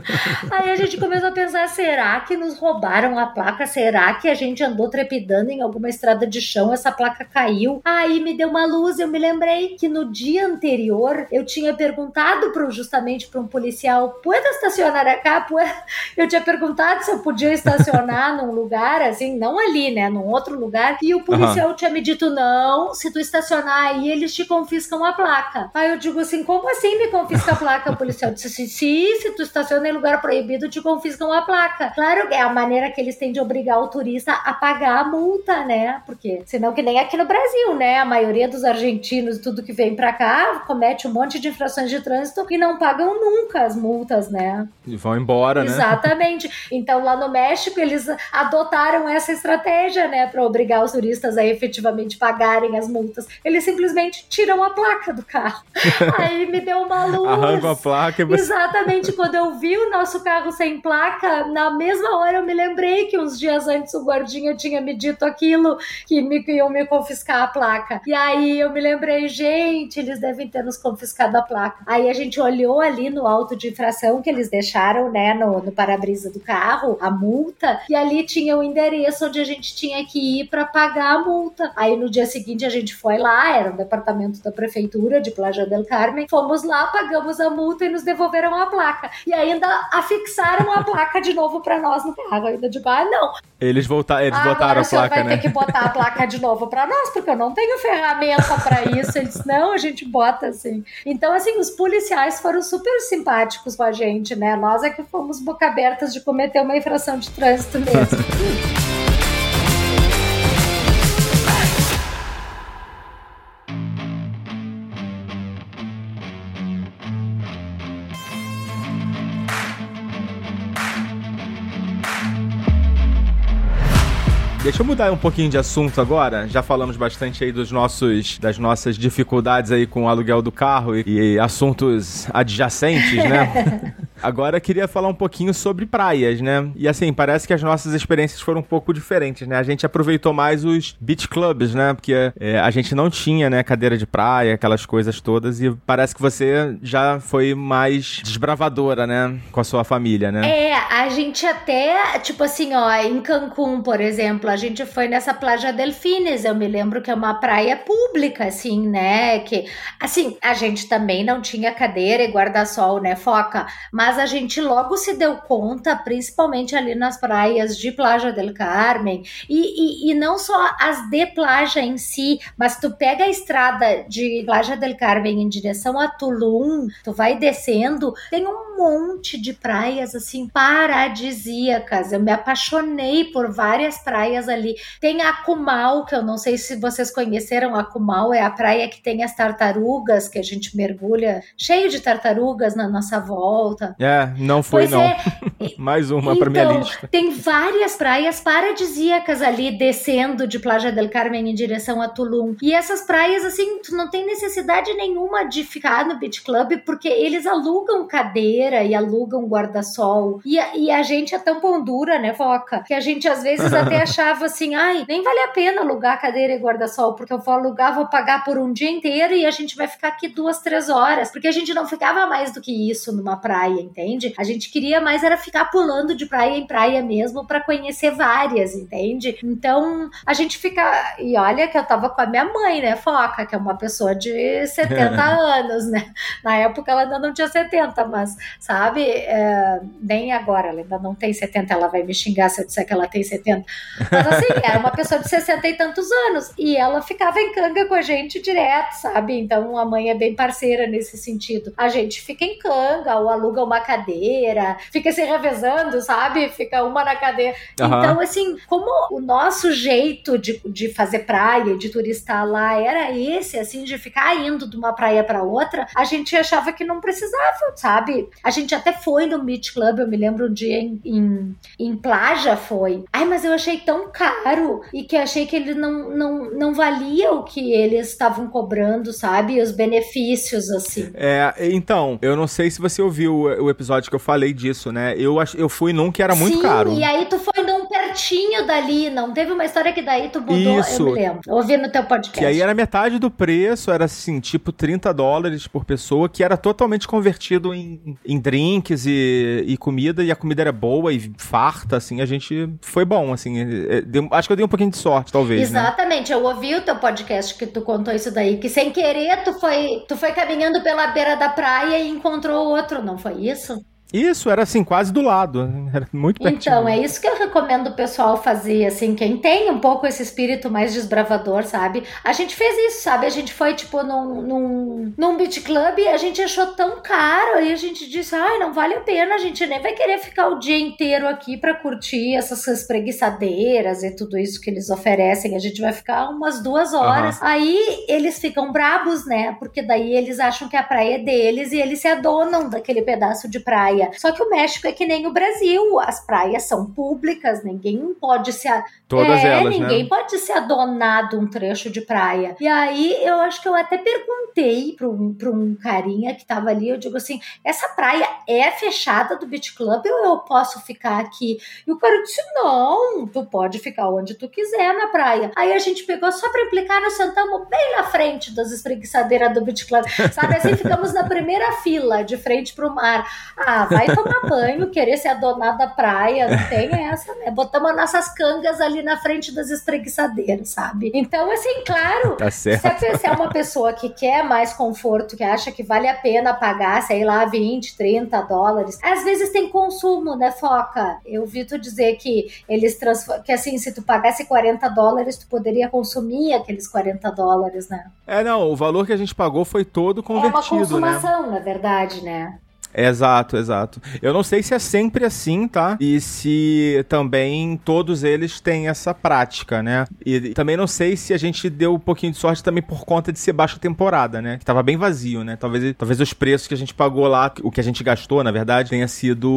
Aí a gente começou a pensar, será que nos roubaram a placa? Será que a gente andou trepidando em alguma estrada de chão, essa placa caiu? Aí me deu uma luz, eu me lembrei que no dia anterior eu tinha perguntado pro, justamente para um policial, pode estacionar acá? Eu tinha perguntado se eu podia estacionar num lugar, assim, não ali, né, num outro lugar, e o policial uhum. tinha me dito, não, se tu estacionar aí, eles te confiscam a placa. Aí eu digo assim, como assim me confisca a placa? O policial disse assim, se, se tu estaciona em lugar proibido, te confiscam a placa. Claro, é a maneira que eles têm de obrigar o turista a pagar a multa, né, porque senão que nem aqui no Brasil, né, a maioria dos argentinos, tudo que vem pra cá, comete um monte de infrações de trânsito e não pagam nunca as multas, né. E vão embora, né. Exatamente. Então lá no México eles adotaram essa estratégia, né, pra obrigar os turistas a efetivamente pagarem as multas. Eles simplesmente tiram a placa do carro. Aí me deu uma luz. Arrancam a placa e você... Exatamente. Quando eu vi o nosso carro sem placa, na mesma hora eu me lembrei que uns dias antes o guardinha tinha me dito aquilo, que me, que iam me confiscar a placa. E aí eu me lembrei, gente, eles devem ter nos confiscado a placa. Aí a gente olhou ali no auto de infração que eles deixaram, né, no, no para-brisa do carro, a multa, e ali tinha o endereço onde a gente tinha que ir para pagar a multa. Aí no dia seguinte a gente foi lá, era um departamento da prefeitura de Plaja del Carmen, fomos lá, pagamos a multa e nos devolveram a placa. E ainda afixaram a placa de novo para nós no carro. Ainda de ah, não. Eles, volta, eles ah, botaram agora a placa, né? Agora o senhor vai né? ter que botar a placa de novo pra nós, porque eu não tenho ferramenta pra isso. Ele disse, não, a gente bota assim. Então, assim, os policiais foram super simpáticos com a gente, né? Nós é que fomos boca abertas de cometer uma infração de trânsito mesmo. Deixa eu mudar um pouquinho de assunto agora. Já falamos bastante aí dos nossos, das nossas dificuldades aí com o aluguel do carro e, e assuntos adjacentes, né? Agora eu queria falar um pouquinho sobre praias, né? E assim, parece que as nossas experiências foram um pouco diferentes, né? A gente aproveitou mais os beach clubs, né? Porque é, a gente não tinha, né, cadeira de praia, aquelas coisas todas, e parece que você já foi mais desbravadora, né? Com a sua família, né? É, a gente até, tipo assim, ó, em Cancún, por exemplo, a gente foi nessa Playa Delfines, eu me lembro que é uma praia pública, assim, né? Que, assim, a gente também não tinha cadeira e guarda-sol, né, Foca? Mas a gente logo se deu conta, principalmente ali nas praias de Playa del Carmen, e, e, e não só as de Playa em si, mas tu pega a estrada de Playa del Carmen em direção a Tulum, tu vai descendo, tem um monte de praias, assim, paradisíacas. Eu me apaixonei por várias praias ali. Tem a Akumal, que eu não sei se vocês conheceram. A Akumal é a praia que tem as tartarugas, que a gente mergulha, cheio de tartarugas na nossa volta. É, não foi pois não. É. Mais uma então, pra minha lista. Tem várias praias paradisíacas ali, descendo de Playa del Carmen em direção a Tulum. E essas praias, assim, tu não tem necessidade nenhuma de ficar no beach club, porque eles alugam cadeira e alugam guarda-sol. E a, e a gente é tão pão dura, né, Foca? Que a gente às vezes até achava assim, ai, nem vale a pena alugar cadeira e guarda-sol, porque eu vou alugar, vou pagar por um dia inteiro e a gente vai ficar aqui duas, três horas. Porque a gente não ficava mais do que isso numa praia, entende? A gente queria mais era ficar pulando de praia em praia mesmo pra conhecer várias, entende? Então, a gente fica... E olha que eu tava com a minha mãe, né, Foca? Que é uma pessoa de setenta anos, né? Na época ela ainda não tinha setenta, mas, sabe? É, nem agora, ela ainda não tem setenta, ela vai me xingar se eu disser que ela tem setenta. Mas assim, era uma pessoa de sessenta e tantos anos. E ela ficava em canga com a gente direto, sabe? Então, a mãe é bem parceira nesse sentido. A gente fica em canga, ou aluga uma cadeira, fica se revezando, sabe? Fica uma na cadeira. Uhum. Então, assim, como o nosso jeito de, de fazer praia, de turistar lá, era esse, assim, de ficar indo de uma praia pra outra, a gente achava que não precisava, sabe? A gente até foi no Beach Club, eu me lembro um dia em, em, em Plaja foi. Ai, mas eu achei tão caro e que achei que ele não, não, não valia o que eles estavam cobrando, sabe? Os benefícios, assim. É, então, eu não sei se você ouviu o, o episódio que eu falei disso, né? Eu, eu fui num que era muito Sim, caro. E aí tu foi num pertinho dali, não teve uma história que daí tu mudou, Isso. Eu me lembro. Eu ouvi no teu podcast. Que aí era metade do preço, era assim, tipo trinta dólares por pessoa, que era totalmente convertido em, em drinks e, e comida, e a comida era boa e farta, assim, a gente foi bom, assim, deu, acho que eu dei um pouquinho de sorte, talvez, Exatamente, né? Eu ouvi o teu podcast que tu contou isso daí, que sem querer tu foi, tu foi caminhando pela beira da praia e encontrou outro, não foi isso? Isso, era assim, quase do lado, era muito pertinho. Então, é isso que eu recomendo o pessoal fazer, assim, quem tem um pouco esse espírito mais desbravador, sabe? A gente fez isso, sabe? A gente foi, tipo, num, num, num beach club e a gente achou tão caro e a gente disse, ai, não vale a pena, a gente nem vai querer ficar o dia inteiro aqui pra curtir essas espreguiçadeiras e tudo isso que eles oferecem, a gente vai ficar umas duas horas. Uhum. Aí, eles ficam brabos, né? Porque daí eles acham que a praia é deles e eles se adonam daquele pedaço de praia. Só que o México é que nem o Brasil, as praias são públicas, ninguém pode se... A... Todas é, elas, ninguém né? pode se adonar de um trecho de praia. E aí, eu acho que eu até perguntei para um, pra um carinha que tava ali, eu digo assim, essa praia é fechada do Beach Club ou eu posso ficar aqui? E o cara disse, não, tu pode ficar onde tu quiser na praia. Aí a gente pegou só para implicar, nós sentamos bem na frente das espreguiçadeiras do Beach Club, sabe? Assim, ficamos na primeira fila, de frente pro mar. Ah, vai tomar banho, querer ser adonado da praia, não tem essa né? Botamos as nossas cangas ali na frente das espreguiçadeiras, sabe? Então, assim, claro, tá certo. Se a pessoa é uma pessoa que quer mais conforto, que acha que vale a pena pagar, sei lá, vinte, trinta dólares, às vezes tem consumo, né, Foca? Eu ouvi tu dizer que eles transformam, que assim, se tu pagasse quarenta dólares, tu poderia consumir aqueles quarenta dólares, né? É, não, o valor que a gente pagou foi todo convertido, né? É uma consumação, né? Na verdade, né? Exato, exato. Eu não sei se é sempre assim, tá? E se também todos eles têm essa prática, né? E também não sei se a gente deu um pouquinho de sorte também por conta de ser baixa temporada, né? Que tava bem vazio, né? Talvez, talvez os preços que a gente pagou lá, o que a gente gastou, na verdade, tenha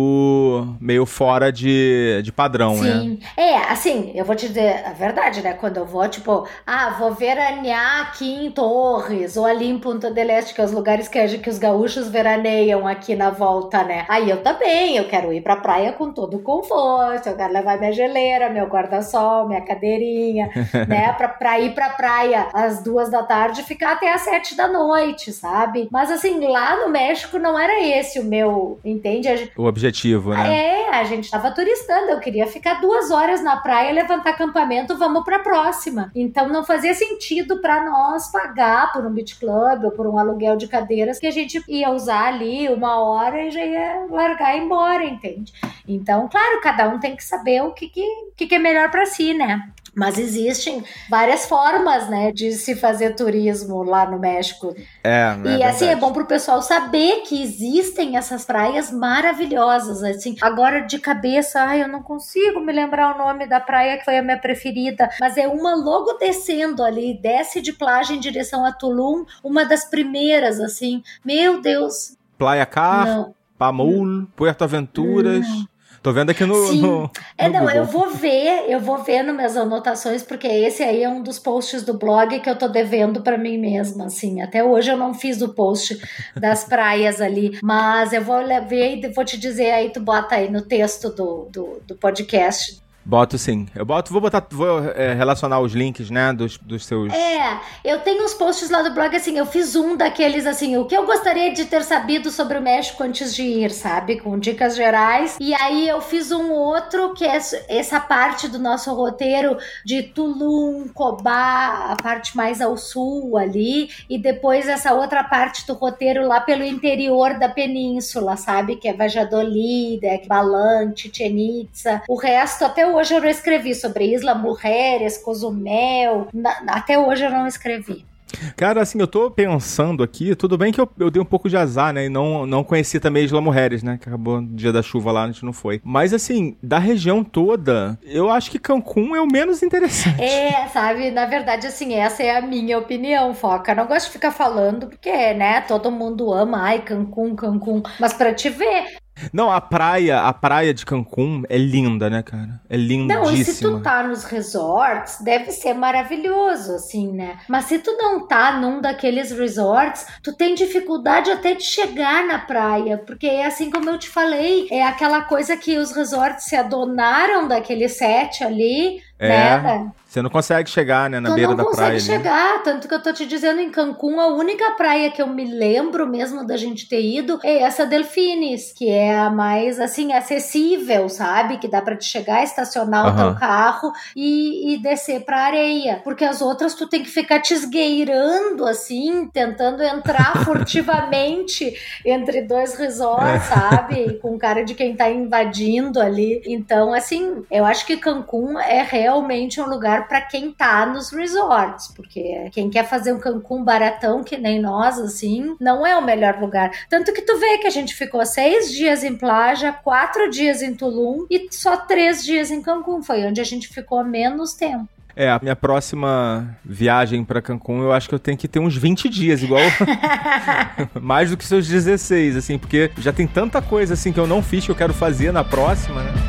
sido meio fora de, de padrão, Sim. né? Sim. É, assim, eu vou te dizer a verdade, né? Quando eu vou, tipo, ah, vou veranear aqui em Torres ou ali em Punta del Este, que é os lugares que, que os gaúchos veraneiam aqui na volta, né? Aí eu também, eu quero ir pra praia com todo o conforto, eu quero levar minha geleira, meu guarda-sol, minha cadeirinha, né? Pra, pra ir pra praia às duas da tarde e ficar até às sete da noite, sabe? Mas assim, lá no México não era esse o meu, entende? Gente, o objetivo, né? É, a gente tava turistando, eu queria ficar duas horas na praia, levantar acampamento, vamos pra próxima. Então não fazia sentido pra nós pagar por um beach club ou por um aluguel de cadeiras que a gente ia usar ali uma hora e já ia largar e ir embora, entende? Então, claro, cada um tem que saber o que, que, que é melhor pra si, né? Mas existem várias formas, né, de se fazer turismo lá no México. É, né, e assim, é bom pro pessoal saber que existem essas praias maravilhosas, assim. Agora, de cabeça, ai, eu não consigo me lembrar o nome da praia que foi a minha preferida, mas é uma logo descendo ali, desce de Playa em direção a Tulum, uma das primeiras, assim. Meu Deus! Playa Car, Pamul, Puerto Aventuras... Hum. Tô vendo aqui no, Sim. no, no é, não, Google. eu vou ver, eu vou ver nas minhas anotações, porque esse aí é um dos posts do blog que eu tô devendo pra mim mesma, assim. Até hoje eu não fiz o post das praias ali, mas eu vou ver e vou te dizer aí, tu bota aí no texto do, do, do podcast. Boto sim. Eu boto, vou botar, vou é, relacionar os links, né, dos, dos seus... É, eu tenho uns posts lá do blog, assim, eu fiz um daqueles, assim, o que eu gostaria de ter sabido sobre o México antes de ir, sabe? Com dicas gerais. E aí eu fiz um outro, que é essa parte do nosso roteiro de Tulum, Cobá, a parte mais ao sul ali, e depois essa outra parte do roteiro lá pelo interior da península, sabe? Que é Valladolid, Ekbalam, Chichen Itza. O resto, até o hoje eu não escrevi sobre Isla Mujeres, Cozumel, na, até hoje eu não escrevi. Cara, assim, eu tô pensando aqui, tudo bem que eu, eu dei um pouco de azar, né, e não, não conheci também Isla Mujeres, né, que acabou no dia da chuva lá, a gente não foi. Mas, assim, da região toda, eu acho que Cancún é o menos interessante. É, sabe, na verdade, assim, essa é a minha opinião, Foca. Eu não gosto de ficar falando, porque, né, todo mundo ama, ai, Cancún, Cancún, mas pra te ver... Não, a praia, a praia de Cancún é linda, né, cara? É lindíssima. Não, e se tu tá nos resorts, deve ser maravilhoso, assim, né? Mas se tu não tá num daqueles resorts, tu tem dificuldade até de chegar na praia, porque é assim como eu te falei, é aquela coisa que os resorts se adonaram daquele set ali, é. né? Você não consegue chegar, né, na tu beira da praia. Tu não consegue chegar, ali. Tanto que eu tô te dizendo, em Cancún, a única praia que eu me lembro mesmo da gente ter ido é essa Delfines, que é a mais, assim, acessível, sabe? Que dá pra te chegar, estacionar uhum. o teu carro e, e descer pra areia. Porque as outras tu tem que ficar te esgueirando, assim, tentando entrar furtivamente entre dois resorts, sabe? Com cara de quem tá invadindo ali. Então, assim, eu acho que Cancún é realmente um lugar para quem tá nos resorts, porque quem quer fazer um Cancún baratão que nem nós, assim, não é o melhor lugar. Tanto que tu vê que a gente ficou seis dias em Playa, quatro dias em Tulum e só três dias em Cancún, foi onde a gente ficou menos tempo. É, a minha próxima viagem pra Cancún, eu acho que eu tenho que ter uns vinte dias, igual... mais do que seus dezesseis, assim, porque já tem tanta coisa, assim, que eu não fiz, que eu quero fazer na próxima, né?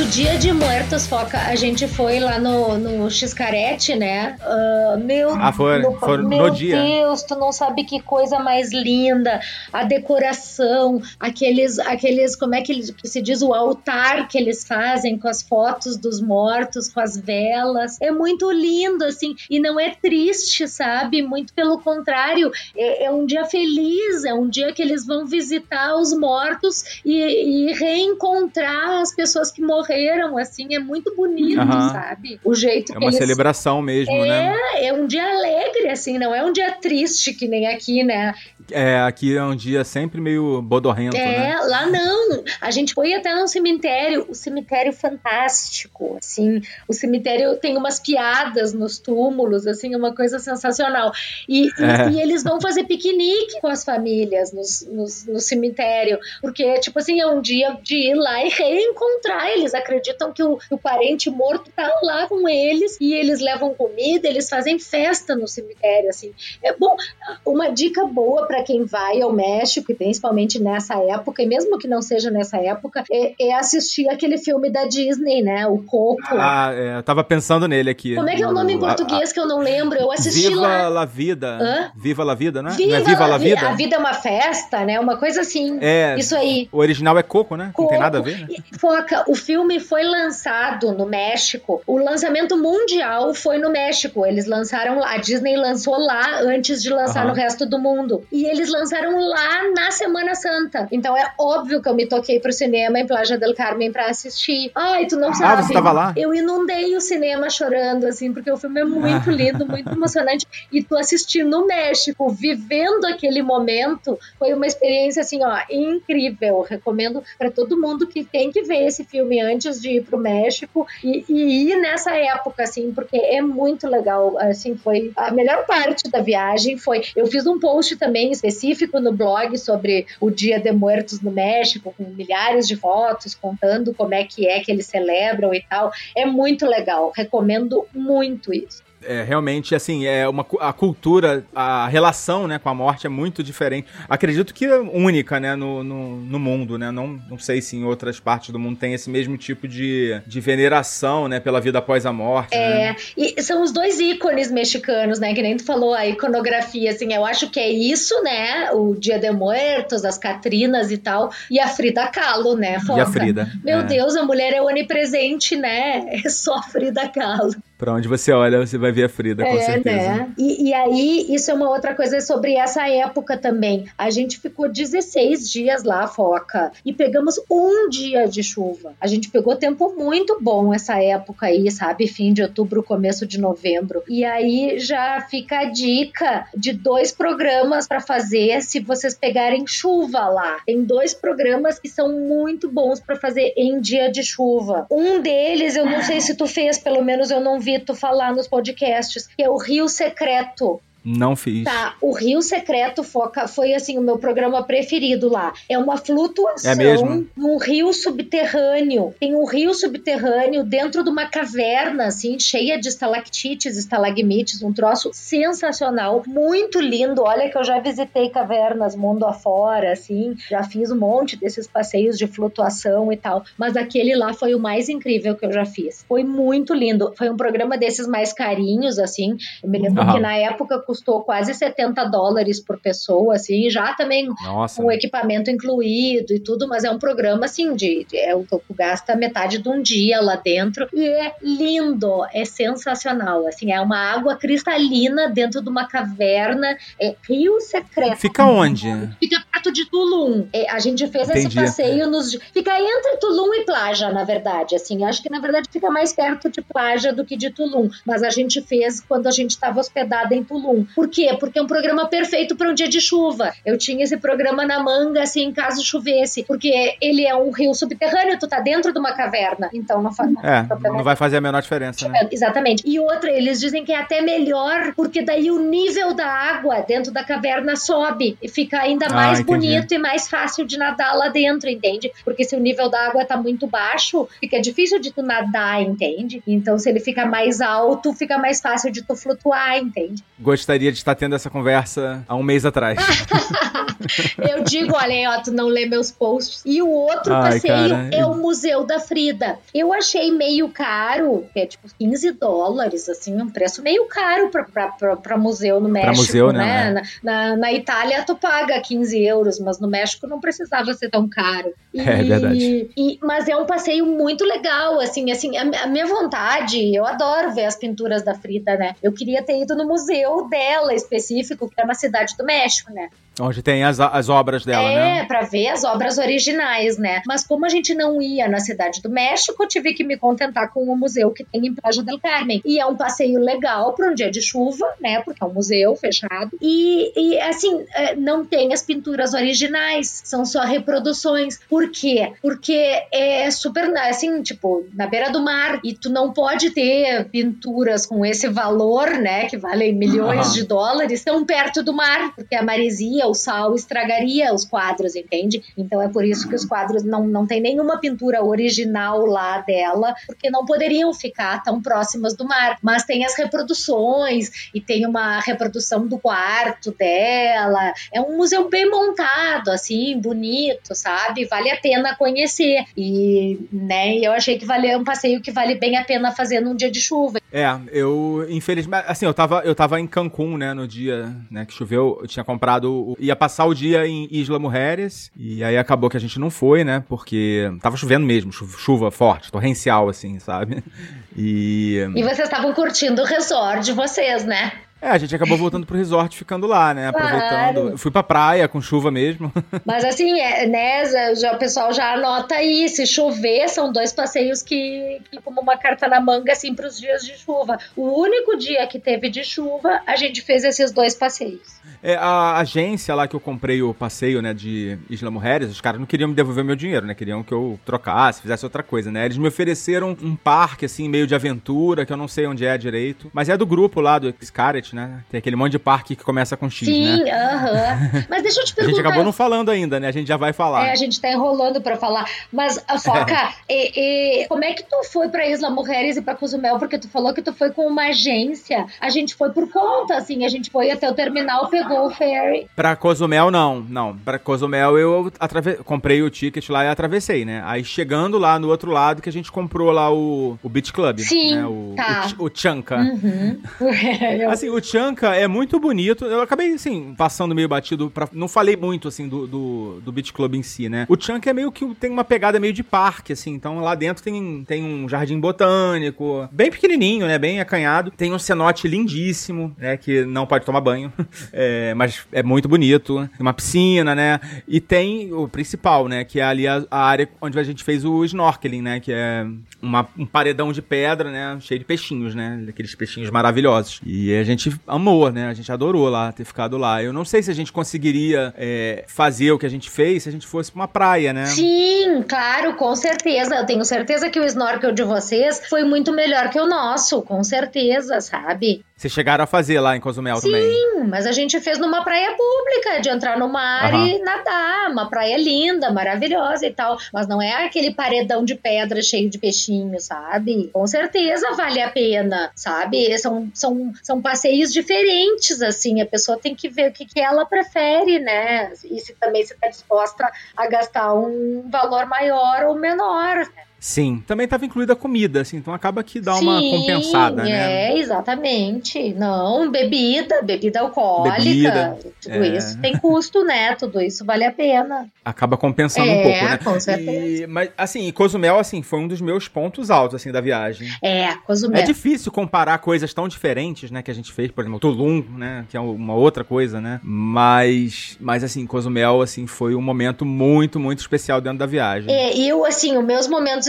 Dia de Muertos, Foca, a gente foi lá no, no Xcarete, né? Uh, meu ah, foi, no, foi no meu dia. Deus, tu não sabe que coisa mais linda. A decoração, aqueles, aqueles como é que, que se diz, o altar que eles fazem com as fotos dos mortos, com as velas. É muito lindo, assim, e não é triste, sabe? Muito pelo contrário, é, é um dia feliz, é um dia que eles vão visitar os mortos e, e reencontrar as pessoas que morreram, assim, é muito bonito, uhum. sabe? O jeito é que uma eles... celebração mesmo, é, né? É, é um dia alegre, assim, não é um dia triste que nem aqui, né? É, aqui é um dia sempre meio bodorrento, é, né? É, lá não. A gente foi até num cemitério, o cemitério fantástico, assim, o cemitério tem umas piadas nos túmulos, assim, uma coisa sensacional. E, é. e, e eles vão fazer piquenique com as famílias nos, nos, no cemitério, porque, tipo assim, é um dia de ir lá e reencontrar. Eles acreditam que o, o parente morto tá lá com eles e eles levam comida, eles fazem festa no cemitério, assim. É bom, uma dica boa para quem vai ao México, e principalmente nessa época, e mesmo que não seja nessa época, é, é assistir aquele filme da Disney, né? O Coco. Ah, é, eu tava pensando nele aqui. Como é que é o nome em português a, a, que eu não lembro? Eu assisti Viva lá. Viva la Vida. Hã? Viva la Vida, né? Viva, não é Viva la Vida? A Vida é uma Festa, né? Uma coisa assim. É. Isso aí. O original é Coco, né? Coco. Não tem nada a ver, né? Foca, o filme foi lançado no México. O lançamento mundial foi no México. Eles lançaram lá. A Disney lançou lá antes de lançar uhum. no resto do mundo. E eles lançaram lá na Semana Santa. Então é óbvio que eu me toquei pro cinema em Playa del Carmen pra assistir. Ai, tu não sabe. Ah, você tava lá? Eu inundei o cinema chorando, assim, porque o filme é muito lindo, muito emocionante. E tu assistir no México, vivendo aquele momento, foi uma experiência, assim, ó, incrível. Recomendo pra todo mundo que tem que ver esse filme antes de ir pro México e, e ir nessa época, assim, porque é muito legal. Assim, foi a melhor parte da viagem. Foi, eu fiz um post também específico no blog sobre o Dia de Muertos no México, com milhares de fotos, contando como é que é que eles celebram e tal. É muito legal. Recomendo muito isso. É, realmente, assim, é uma, a cultura, a relação, né, com a morte é muito diferente. Acredito que é única, né, no, no, no mundo, né? Não, não sei se em outras partes do mundo tem esse mesmo tipo de, de veneração, né, pela vida após a morte. É, né? E são os dois ícones mexicanos, né, que nem tu falou, a iconografia, assim, eu acho que é isso, né, o Dia de Muertos, as Catrinas e tal, e a Frida Kahlo, né, Foca? E a Frida. Meu é. Deus, a mulher é onipresente, né, é só a Frida Kahlo. Pra onde você olha, você vai ver a Frida, com é, certeza. Né? E, e aí, isso é uma outra coisa sobre essa época também. A gente ficou dezesseis dias lá, Foca, e pegamos um dia de chuva. A gente pegou tempo muito bom essa época aí, sabe? Fim de outubro, começo de novembro. E aí já fica a dica de dois programas pra fazer se vocês pegarem chuva lá. Tem dois programas que são muito bons pra fazer em dia de chuva. Um deles, eu não sei se tu fez, pelo menos eu não vi tu falar nos podcasts, que é o Rio Secreto. Não fiz. Tá, o Rio Secreto, Foca, foi assim o meu programa preferido lá. É uma flutuação é mesmo? num rio subterrâneo. Tem um rio subterrâneo dentro de uma caverna, assim, cheia de estalactites, estalagmites, um troço sensacional, muito lindo. Olha que eu já visitei cavernas mundo afora, assim, já fiz um monte desses passeios de flutuação e tal, mas aquele lá foi o mais incrível que eu já fiz. Foi muito lindo. Foi um programa desses mais carinhos, assim. Eu me lembro uhum. que na época custou quase setenta dólares por pessoa, assim, já também Nossa. com o equipamento incluído e tudo, mas é um programa, assim, de, de é o que gasta metade de um dia lá dentro, e é lindo, é sensacional, assim, é uma água cristalina dentro de uma caverna, é Rio Secreto. Fica onde? Fica perto de Tulum. É, a gente fez Entendi. esse passeio nos... Fica entre Tulum e Plaja, na verdade, assim, acho que na verdade fica mais perto de Plaja do que de Tulum, mas a gente fez quando a gente estava hospedada em Tulum. Por quê? Porque é um programa perfeito para um dia de chuva. Eu tinha esse programa na manga, assim, caso chovesse, porque ele é um rio subterrâneo, tu tá dentro de uma caverna, então não faz... É, não vai fazer a menor diferença, né? Exatamente. E outra, eles dizem que é até melhor, porque daí o nível da água dentro da caverna sobe e fica ainda mais ah, bonito e mais fácil de nadar lá dentro, entende? Porque se o nível da água tá muito baixo, fica difícil de tu nadar, entende? Então, se ele fica mais alto, fica mais fácil de tu flutuar, entende? Gostaria de estar tendo essa conversa há um mês atrás. Eu digo, olha aí, ó, tu não lê meus posts. E o outro Ai, passeio cara. é o Museu da Frida. Eu achei meio caro, que é tipo quinze dólares, assim, um preço meio caro pra, pra, pra, pra museu no México, pra museu, né? né? Na, na, na Itália tu paga quinze euros, mas no México não precisava ser tão caro. E, é verdade. E, mas é um passeio muito legal, assim, assim, a, a minha vontade, eu adoro ver as pinturas da Frida, né? Eu queria ter ido no museu dela específico, que é uma cidade do México, né? Onde tem as, as obras dela, é, né? É, pra ver as obras originais, né? Mas como a gente não ia na Cidade do México, eu tive que me contentar com o museu que tem em Playa del Carmen. E é um passeio legal para um dia de chuva, né? Porque é um museu fechado. E, e assim, não tem as pinturas originais, são só reproduções. Por quê? Porque é super, assim, tipo, na beira do mar. E tu não pode ter pinturas com esse valor, né? Que valem milhões uhum. de dólares, tão perto do mar. Porque a maresia, o sal estragaria os quadros, entende? Então é por isso que os quadros não, não tem nenhuma pintura original lá dela, porque não poderiam ficar tão próximas do mar. Mas tem as reproduções e tem uma reprodução do quarto dela. É um museu bem montado, assim, bonito, sabe? Vale a pena conhecer. E, né, eu achei que vale, é um passeio que vale bem a pena fazer num dia de chuva. É, eu, infelizmente, assim, eu tava, eu tava em Cancún, né, no dia, né, que choveu, eu tinha comprado, ia passar o dia em Isla Mujeres, e aí acabou que a gente não foi, né, porque tava chovendo mesmo, chuva forte, torrencial, assim, sabe? E... E vocês estavam curtindo o resort de vocês, né? É, a gente acabou voltando pro resort, ficando lá, né, aproveitando. Claro. Eu fui pra praia com chuva mesmo. Mas assim, é, né, já, o pessoal já anota aí, se chover, são dois passeios que, que como uma carta na manga, assim, pros dias de chuva. O único dia que teve de chuva, a gente fez esses dois passeios. É, a agência lá que eu comprei o passeio, né, de Isla Mujeres, os caras não queriam me devolver meu dinheiro, né, queriam que eu trocasse, fizesse outra coisa, né. Eles me ofereceram um parque, assim, meio de aventura, que eu não sei onde é direito, mas é do grupo lá, do Xcaret, né, tem aquele monte de parque que começa com X, Sim, né. aham. Uh-huh. Mas deixa eu te perguntar... A gente acabou não falando ainda, né, a gente já vai falar. É, a gente tá enrolando pra falar, mas, Foca, e, e, como é que tu foi pra Isla Mujeres e pra Cozumel? Porque tu falou que tu foi com uma agência, a gente foi por conta, assim, a gente foi até o terminal, pegou o ferry. Pra Cozumel, não, não. Pra Cozumel eu atrave... comprei o ticket lá e atravessei, né? Aí chegando lá no outro lado que a gente comprou lá o, o Beach Club. Sim, né? o, tá. O, o Chanca. Uhum. Assim, o Chanca é muito bonito. Eu acabei, assim, passando meio batido. Pra... Não falei muito, assim, do, do, do Beach Club em si, né? O Chanca é meio que tem uma pegada meio de parque, assim. Então lá dentro tem, tem um jardim botânico, bem pequenininho, né? Bem acanhado. Tem um cenote lindíssimo, né? Que não pode tomar banho. É, mas é muito bonito. Tem uma piscina, né? E tem o principal, né? Que é ali a, a área onde a gente fez o snorkeling, né? Que é uma, um paredão de pedra, né? Cheio de peixinhos, né? Aqueles peixinhos maravilhosos. E a gente amou, né? A gente adorou lá, ter ficado lá. Eu não sei se a gente conseguiria é, fazer o que a gente fez se a gente fosse pra uma praia, né? Sim, claro, com certeza. Eu tenho certeza que o snorkel de vocês foi muito melhor que o nosso, com certeza, sabe? Vocês chegaram a fazer lá em Cozumel Sim, também? Sim, mas a gente fez numa praia pública, de entrar no mar uhum. e nadar. Uma praia linda, maravilhosa e tal. Mas não é aquele paredão de pedra cheio de peixinho, sabe? Com certeza vale a pena, sabe? São, são, são passeios diferentes, assim. A pessoa tem que ver o que, que ela prefere, né? E se também se está disposta a gastar um valor maior ou menor. Sim, também estava incluída a comida, assim, então acaba que dá Sim, uma compensada, né? É, exatamente. Não, bebida, bebida alcoólica, bebida, tudo é. isso tem custo, né? Tudo isso vale a pena. Acaba compensando é, um pouco, né? Com certeza. E, mas, assim, Cozumel, assim, foi um dos meus pontos altos, assim, da viagem. É, Cozumel. É difícil comparar coisas tão diferentes, né, que a gente fez, por exemplo, Tulum, né, que é uma outra coisa, né? Mas, mas assim, Cozumel, assim, foi um momento muito, muito especial dentro da viagem. É, eu, assim, os meus momentos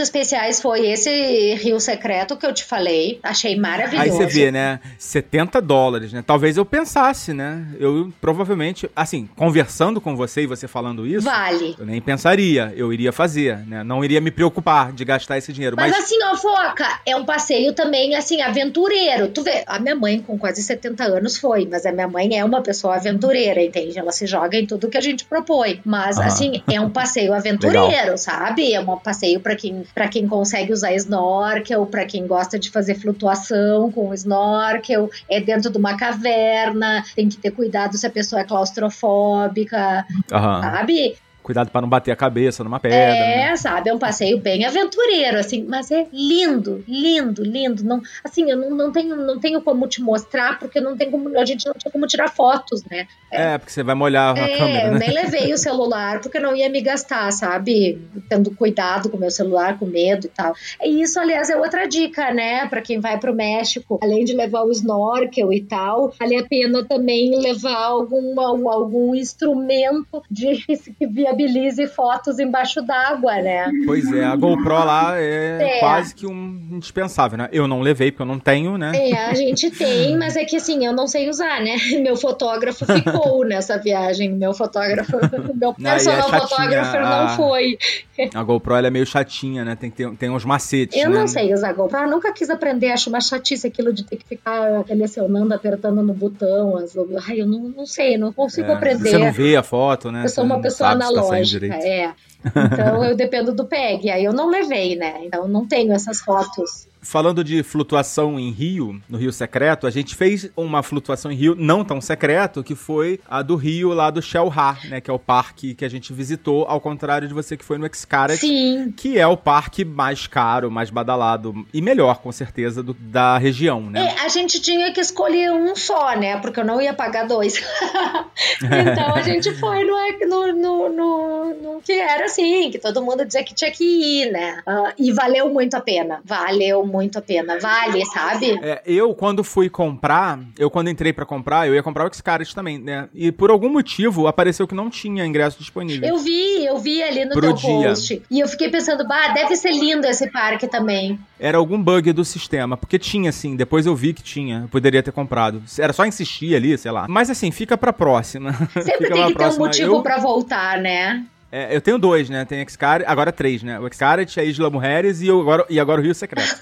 especiais foi esse Rio Secreto que eu te falei. Achei maravilhoso. Aí você vê, né? setenta dólares, né? Talvez eu pensasse, né? Eu provavelmente, assim, conversando com você e você falando isso... Vale. Eu nem pensaria. Eu iria fazer, né? Não iria me preocupar de gastar esse dinheiro. Mas, mas assim, ó, Foca, é um passeio também, assim, aventureiro. Tu vê, a minha mãe com quase setenta anos foi, mas a minha mãe é uma pessoa aventureira, entende? Ela se joga em tudo que a gente propõe. Mas, ah. assim, é um passeio aventureiro, Legal. Sabe? É um passeio pra quem, pra quem consegue usar snorkel, pra quem gosta de fazer flutuação com snorkel, é dentro de uma caverna, tem que ter cuidado se a pessoa é claustrofóbica, Aham. sabe? Cuidado pra não bater a cabeça numa pedra. É, né? sabe, é um passeio bem aventureiro, assim, mas é lindo, lindo, lindo. Não, assim, eu não, não, tenho, não tenho como te mostrar, porque não tem como, a gente não tinha como tirar fotos, né? É, é porque você vai molhar a é, câmera, né? Eu nem levei o celular, porque eu não ia me gastar, sabe? Tendo cuidado com o meu celular, com medo e tal. E isso, aliás, é outra dica, né? Pra quem vai pro México, além de levar o snorkel e tal, vale a pena também levar algum, algum instrumento de, que viabilize fotos embaixo d'água, né? Pois é, a GoPro lá é, é quase que um indispensável, né? Eu não levei, porque eu não tenho, né? É, a gente tem, mas é que assim, eu não sei usar, né? Meu fotógrafo ficou nessa viagem, meu fotógrafo, meu personal é fotógrafo a, não foi. A GoPro, ela é meio chatinha, né? Tem, que ter, tem uns macetes, Eu né? não sei usar a GoPro, eu nunca quis aprender, acho uma chatice aquilo de ter que ficar selecionando, apertando no botão, as... ai, eu não, não sei, não consigo é, aprender. Você não vê a foto, né? Eu sou uma pessoa analógica, tá é. Então eu dependo do P E G, aí eu não levei, né? Então eu não tenho essas fotos. Falando de flutuação em Rio, no Rio Secreto, a gente fez uma flutuação em Rio não tão secreto, que foi a do Rio lá do Xel-Há, né? Que é o parque que a gente visitou, ao contrário de você que foi no Xcaret. Sim. Que é o parque mais caro, mais badalado e melhor, com certeza, do, da região, né? É, a gente tinha que escolher um só, né? Porque eu não ia pagar dois. Então a gente foi no, no, no, no, no que era assim, que todo mundo dizia que tinha que ir, né? Uh, e valeu muito a pena. Valeu muito. muito a pena, vale, sabe? É, eu, quando fui comprar, eu quando entrei pra comprar, eu ia comprar o Xcaret também, né? E por algum motivo, apareceu que não tinha ingresso disponível. Eu vi, eu vi ali no Pro teu dia. post. E eu fiquei pensando, bah, deve ser lindo esse parque também. Era algum bug do sistema, porque tinha, assim, depois eu vi que tinha, eu poderia ter comprado. Era só insistir ali, sei lá. Mas assim, fica pra próxima. Sempre fica tem que próxima. ter um motivo eu... pra voltar, né? É, eu tenho dois, né? Tem Xcaret, agora três, né? O Xcaret, a Isla Mujeres e, eu agora, e agora o Rio Secreto.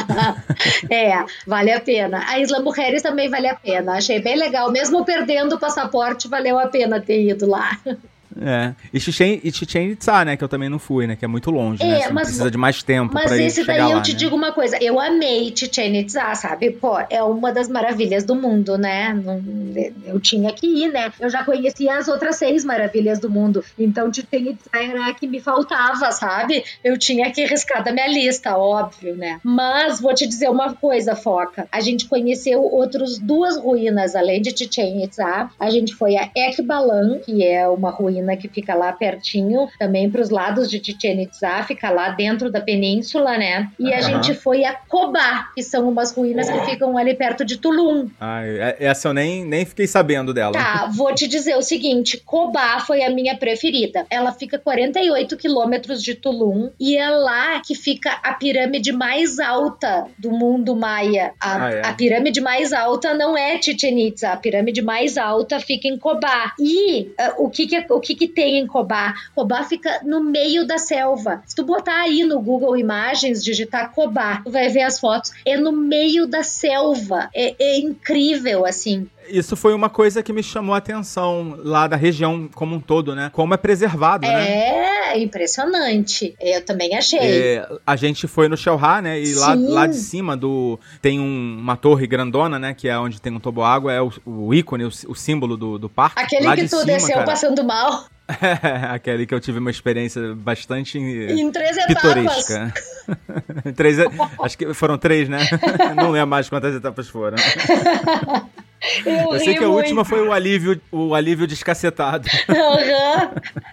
É, vale a pena. A Isla Mujeres também vale a pena. Achei bem legal. Mesmo perdendo o passaporte, valeu a pena ter ido lá. É, e Chichen, e Chichen Itzá, né, que eu também não fui, né, que é muito longe, é, né, você mas, precisa de mais tempo pra ir chegar lá. Mas esse daí eu te né? digo uma coisa, eu amei Chichen Itzá, sabe, pô, é uma das maravilhas do mundo, né, eu tinha que ir, né, eu já conhecia as outras seis maravilhas do mundo, então Chichen Itzá era a que me faltava, sabe, eu tinha que riscar da minha lista, óbvio, né, mas vou te dizer uma coisa, Foca, a gente conheceu outras duas ruínas, além de Chichen Itzá, a gente foi a Ekbalam, que é uma ruína que fica lá pertinho, também para os lados de Chichen Itzá, fica lá dentro da península, né? E a uhum. gente foi a Cobá, que são umas ruínas que ficam ali perto de Tulum. Ai, essa eu nem, nem fiquei sabendo dela. Tá, vou te dizer o seguinte, Cobá foi a minha preferida. Ela fica quarenta e oito quilômetros de Tulum e é lá que fica a pirâmide mais alta do mundo maia. A, ah, é. a pirâmide mais alta não é Chichen Itzá, a pirâmide mais alta fica em Cobá. E uh, o que que, o que que tem em Cobá? Cobá fica no meio da selva. Se tu botar aí no Google Imagens, digitar Cobá, tu vai ver as fotos. É no meio da selva. É, é incrível, assim. Isso foi uma coisa que me chamou a atenção lá da região como um todo, né? Como é preservado, é, né? É, impressionante. Eu também achei. É, a gente foi no Xel-Há, né? E lá, lá de cima do tem um, uma torre grandona, né? Que é onde tem um toboágua, é o, o ícone, o, o símbolo do, do parque. Aquele lá que de tu cima, desceu cara. Passando mal. É, aquele que eu tive uma experiência bastante em três pitoresca. três, acho que foram três, né? Não lembro mais quantas etapas foram. Eu, eu sei que a muito. última foi o alívio, o alívio descacetado. Uhum.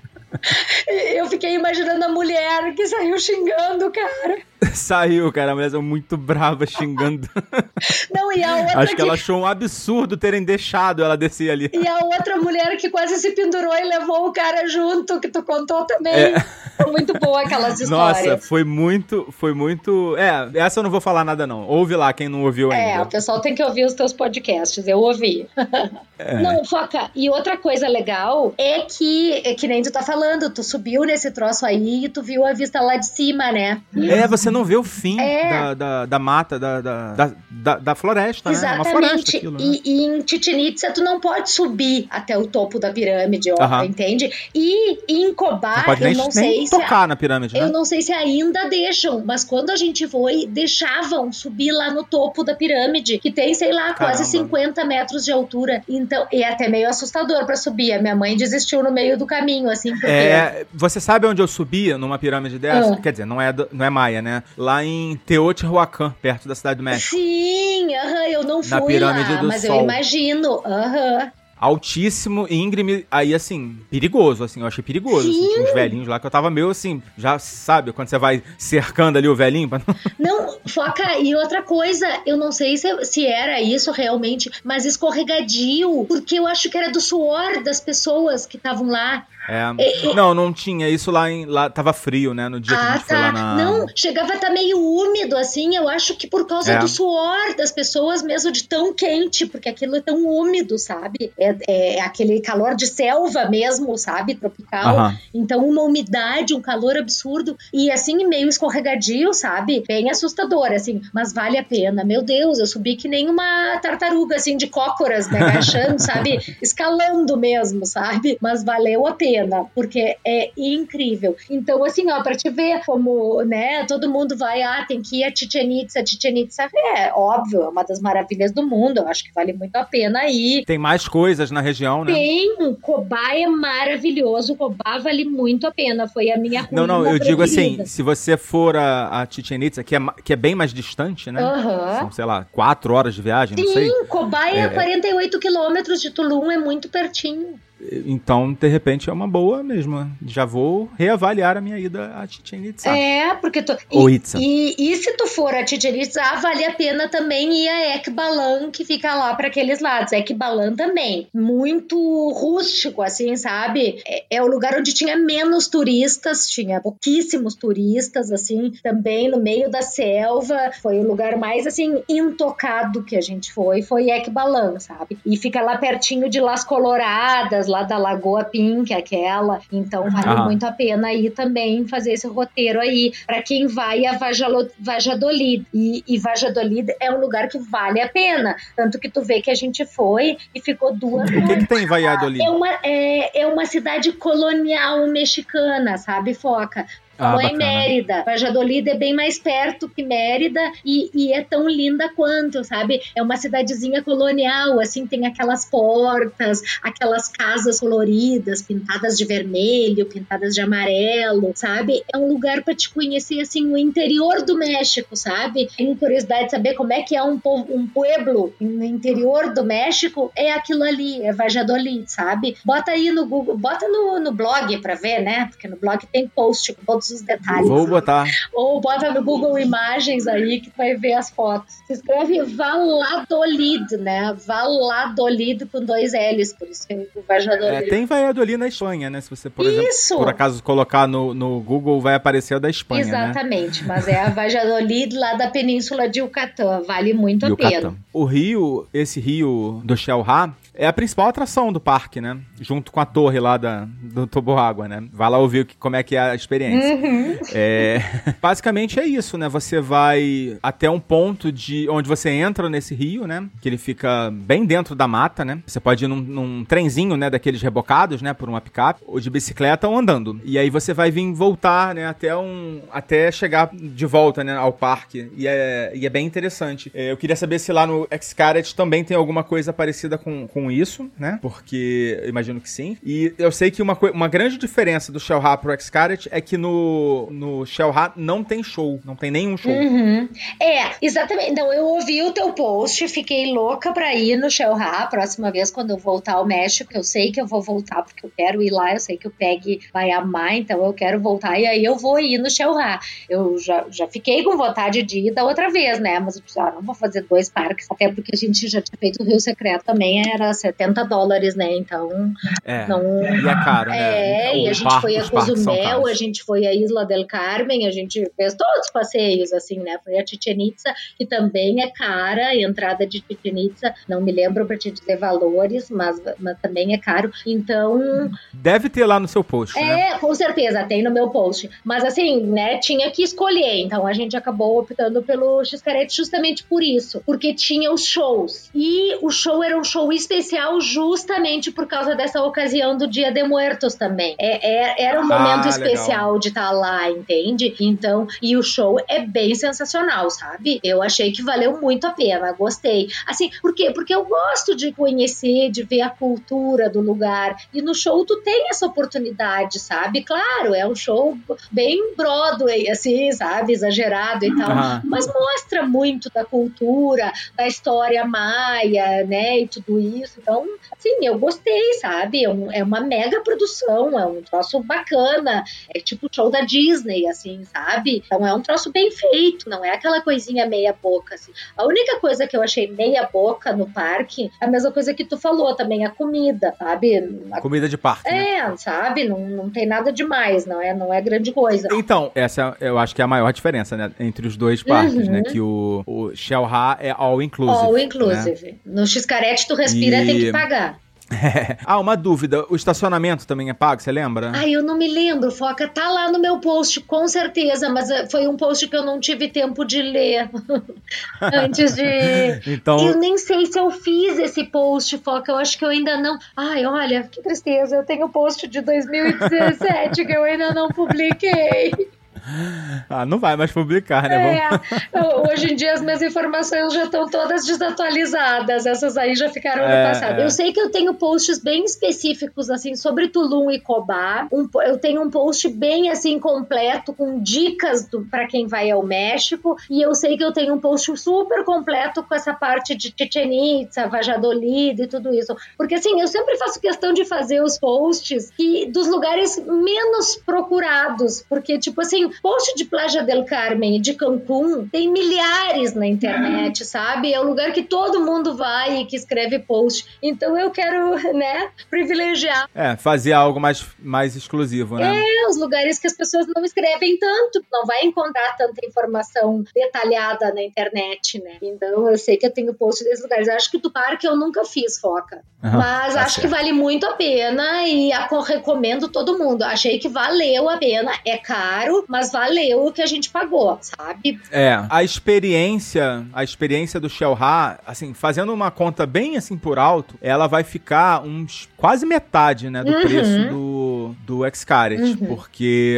Eu fiquei imaginando a mulher que saiu xingando o cara. Saiu, cara, a mulher saiu muito brava xingando. Não, e a outra Acho que, que ela achou um absurdo terem deixado ela descer ali. E a outra mulher que quase se pendurou e levou o cara junto, que tu contou também. É. Foi muito boa aquelas histórias. Nossa, foi muito, foi muito... É, essa eu não vou falar nada não. Ouve lá quem não ouviu ainda. É, o pessoal tem que ouvir os teus podcasts, eu ouvi. É. Não, Foca, e outra coisa legal é que, é que nem tu tá falando, tu subiu nesse troço aí e tu viu a vista lá de cima, né? É, você não vê o fim é. da, da, da mata, da, da, da, da floresta, Exatamente. né? É uma floresta aquilo, né? E, e em Chichen Itza tu não pode subir até o topo da pirâmide, ó, uh-huh. entende? E em Cobar, não eu nem, não sei nem se... tocar a, na pirâmide, né? Eu não sei se ainda deixam, mas quando a gente foi, deixavam subir lá no topo da pirâmide, que tem, sei lá, Caramba. quase cinquenta metros de altura. Então, é até meio assustador pra subir. A minha mãe desistiu no meio do caminho, assim, porque... É, você sabe onde eu subia numa pirâmide dessa? Ah. Quer dizer, não é, não é Maia, né? Lá em Teotihuacan, perto da cidade do México. Sim, uh-huh, eu não na fui pirâmide lá, do mas Sol. eu imagino, aham. Uh-huh. Altíssimo, íngreme, aí assim, perigoso, assim, eu achei perigoso, assim, tinha uns velhinhos lá que eu tava meio assim, já sabe, quando você vai cercando ali o velhinho pra não... Não, Foca, e outra coisa, eu não sei se, se era isso realmente, mas escorregadio, porque eu acho que era do suor das pessoas que estavam lá. É, é, não, não tinha isso lá, em, lá tava frio, né, no dia ah, que a gente tá. foi lá na... Não, chegava a estar meio úmido, assim, eu acho que por causa é. do suor das pessoas mesmo, de tão quente, porque aquilo é tão úmido, sabe? É, é aquele calor de selva mesmo, sabe? Tropical. Uh-huh. Então, uma umidade, um calor absurdo, e assim, meio escorregadio, sabe? Bem assustador, assim, mas vale a pena. Meu Deus, eu subi que nem uma tartaruga, assim, de cócoras, né, agachando, sabe? Escalando mesmo, sabe? Mas valeu a pena. Porque é incrível. Então, assim, ó, pra te ver como, né, todo mundo vai, ah, tem que ir a Chichen Itza, Chichen Itza, é óbvio, é uma das maravilhas do mundo, eu acho que vale muito a pena ir. Tem mais coisas na região, né? Tem, Cobar é maravilhoso, Cobar vale muito a pena, foi a minha ruína Não, não, eu preferida. digo assim, se você for a, a Chichen Itza, que é, que é bem mais distante, né? Uhum. São, sei lá, quatro horas de viagem, Sim, não sei. Sim, Cobar é, é quarenta e oito quilômetros de Tulum, é muito pertinho. Então, de repente, é uma boa mesmo. Já vou reavaliar a minha ida a Chichen Itza. É, porque tu... Ou Itza. E, e, e se tu for a Chichen Itza, vale a pena também ir a Ekbalam, que fica lá para aqueles lados. Ekbalam também. Muito rústico, assim, sabe? É, é o lugar onde tinha menos turistas, tinha pouquíssimos turistas, assim, também no meio da selva. Foi o lugar mais, assim, intocado que a gente foi, foi Ekbalam, sabe? E fica lá pertinho de Las Coloradas, lá da Lagoa Pink, aquela, então vale ah. muito a pena ir também fazer esse roteiro aí, pra quem vai a Valladolid, e, e Valladolid é um lugar que vale a pena, tanto que tu vê que a gente foi e ficou duas horas. O que, que tem em Valladolid? É uma, é, é uma cidade colonial mexicana, sabe, Foca? Não ah, é Mérida. Valladolid é bem mais perto que Mérida e, e é tão linda quanto, sabe? É uma cidadezinha colonial, assim, tem aquelas portas, aquelas casas coloridas, pintadas de vermelho, pintadas de amarelo, sabe? É um lugar pra te conhecer, assim, o interior do México, sabe? Tenho curiosidade de saber como é que é um, povo, um pueblo no interior do México, é aquilo ali, é Valladolid, sabe? Bota aí no Google, bota no, no blog pra ver, né? Porque no blog tem post com todos os detalhes. Vou botar. Ou bota no Google Imagens aí que tu vai ver as fotos. Se escreve Valladolid, né? Valladolid com dois L's, por isso que é Valladolid. É, tem Valladolid na Espanha, né? Se você, por isso. exemplo, por acaso colocar no, no Google, vai aparecer a da Espanha, exatamente, né? Mas é a Valladolid lá da Península de Yucatán. Vale muito Yucatán. a pena. O rio, esse rio do Xel-Há, é a principal atração do parque, né? Junto com a torre lá da, do Toboágua, né? Vai lá ouvir que, como é que é a experiência. Uhum. É, basicamente é isso, né? Você vai até um ponto de onde você entra nesse rio, né? Que ele fica bem dentro da mata, né? Você pode ir num, num trenzinho, né? Daqueles rebocados, né? Por uma picape, ou de bicicleta ou andando. E aí você vai vir voltar, né? Até, um, até chegar de volta, né? Ao parque. E é, e é bem interessante. É, eu queria saber se lá no Xcaret também tem alguma coisa parecida com, com com isso, né? Porque eu imagino que sim. E eu sei que uma, uma grande diferença do Shell-Ha pro Xcaret é que no, no Shell-Ha não tem show, não tem nenhum show. Uhum. É, exatamente. Então, eu ouvi o teu post, fiquei louca pra ir no Shell-Ha a próxima vez quando eu voltar ao México. Eu sei que eu vou voltar porque eu quero ir lá, eu sei que o Peg vai amar, então eu quero voltar e aí eu vou ir no Shell-Ha. Eu já, já fiquei com vontade de ir da outra vez, né? Mas eu disse, ah, não vou fazer dois parques, até porque a gente já tinha feito o Rio Secreto também, era setenta dólares, né? Então, é, não... E é caro, né? É, o e a gente parque, foi a Cozumel, a gente foi a Isla del Carmen, a gente fez todos os passeios, assim, né? Foi a Chichén Itzá, que também é cara, a entrada de Chichén Itzá, não me lembro pra te dizer valores, mas, mas também é caro. Então... Deve ter lá no seu post, é, né? É, com certeza, tem no meu post. Mas assim, né, tinha que escolher. Então a gente acabou optando pelo Xcaret justamente por isso. Porque tinha os shows. E o show era um show especial justamente por causa dessa ocasião do Dia de Muertos também. É, é, era um momento ah, especial legal. De estar lá, entende? Então, e o show é bem sensacional, sabe? Eu achei que valeu muito a pena, gostei. Assim, por quê? Porque eu gosto de conhecer, de ver a cultura do lugar. E no show tu tem essa oportunidade, sabe? Claro, é um show bem Broadway, assim, sabe? Exagerado e tal. Uhum. Mas mostra muito da cultura, da história maia, né? E tudo isso. Então, assim, eu gostei, sabe? É, um, é uma mega produção, é um troço bacana. É tipo show da Disney, assim, sabe? Então é um troço bem feito, não é aquela coisinha meia boca, assim. A única coisa que eu achei meia boca no parque é a mesma coisa que tu falou também, a comida, sabe? A comida de parque, É, né? sabe? Não, não tem nada demais, não é, não é grande coisa. Então, essa eu acho que é a maior diferença, né? Entre os dois parques, uhum. né? Que o, o Shell-Ha é all inclusive. All inclusive. Né? No Xcaret tu respira, e... tem que pagar. É. Ah, uma dúvida, o estacionamento também é pago, você lembra? Ai, eu não me lembro, Foca, tá lá no meu post, com certeza, mas foi um post que eu não tive tempo de ler antes de... Então... Eu nem sei se eu fiz esse post, Foca, eu acho que eu ainda não... Ai, olha, que tristeza, eu tenho post de dois mil e dezessete que eu ainda não publiquei. Ah, não vai mais publicar, né? É, Vamos... hoje em dia as minhas informações já estão todas desatualizadas, essas aí já ficaram é, no passado. É. Eu sei que eu tenho posts bem específicos, assim, sobre Tulum e Cobá. Um, eu tenho um post bem, assim, completo, com dicas para quem vai ao México, e eu sei que eu tenho um post super completo com essa parte de Chichén Itzá, Valladolid e tudo isso. Porque, assim, eu sempre faço questão de fazer os posts e, dos lugares menos procurados, porque, tipo assim, post de Playa del Carmen e de Cancún tem milhares na internet, sabe? É o lugar que todo mundo vai e que escreve post. Então eu quero, né, privilegiar. É, fazer algo mais, mais exclusivo, né? É, os lugares que as pessoas não escrevem tanto, não vai encontrar tanta informação detalhada na internet, né? Então eu sei que eu tenho post desses lugares. Eu acho que do parque eu nunca fiz, Foca. Uhum, mas tá acho certo. Que vale muito a pena e a, recomendo todo mundo. Achei que valeu a pena. É caro, mas valeu o que a gente pagou, sabe? É, a experiência, a experiência do Shell-Ha, assim, fazendo uma conta bem assim por alto, ela vai ficar uns quase metade, né, do uhum. preço do, do Xcaret, uhum. porque...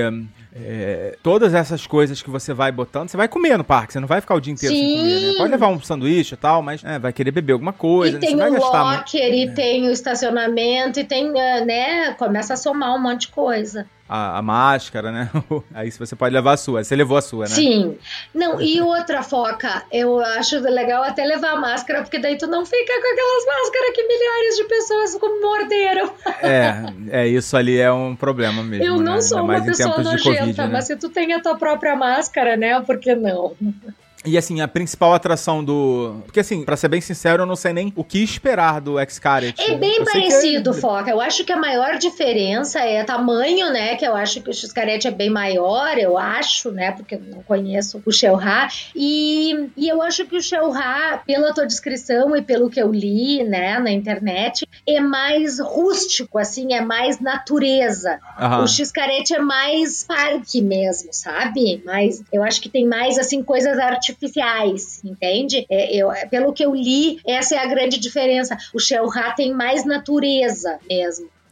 É, todas essas coisas que você vai botando, você vai comer no parque, você não vai ficar o dia inteiro Sim. sem comer, né? Pode levar um sanduíche e tal, mas é, vai querer beber alguma coisa. E tem né? Você o vai gastar locker, muito, e né? tem o estacionamento, e tem, né? Começa a somar um monte de coisa. A, a máscara, né? Aí você pode levar a sua. Você levou a sua, né? Sim. Não, e outra, Foca, eu acho legal até levar a máscara, porque daí tu não fica com aquelas máscaras que milhares de pessoas morderam. É, é, isso ali é um problema mesmo. Eu não né? sou uma pessoa nojenta, COVID, né? Mas se tu tem a tua própria máscara, né? Por que não? E assim, a principal atração do... Porque assim, pra ser bem sincero, eu não sei nem o que esperar do Xcaret. É bem eu parecido, é... Foca. Eu acho que a maior diferença é tamanho, né? Que eu acho que o Xcaret é bem maior, eu acho, né? Porque eu não conheço o Shell-Ha. E, e eu acho que o Shell-Ha, pela tua descrição e pelo que eu li, né, na internet, é mais rústico, assim, é mais natureza. Uhum. O Xcaret é mais parque mesmo, sabe? Mas eu acho que tem mais, assim, coisas artificiais. artificiais, entende? É, eu, pelo que eu li, essa é a grande diferença. O Shell-Ha tem mais natureza mesmo.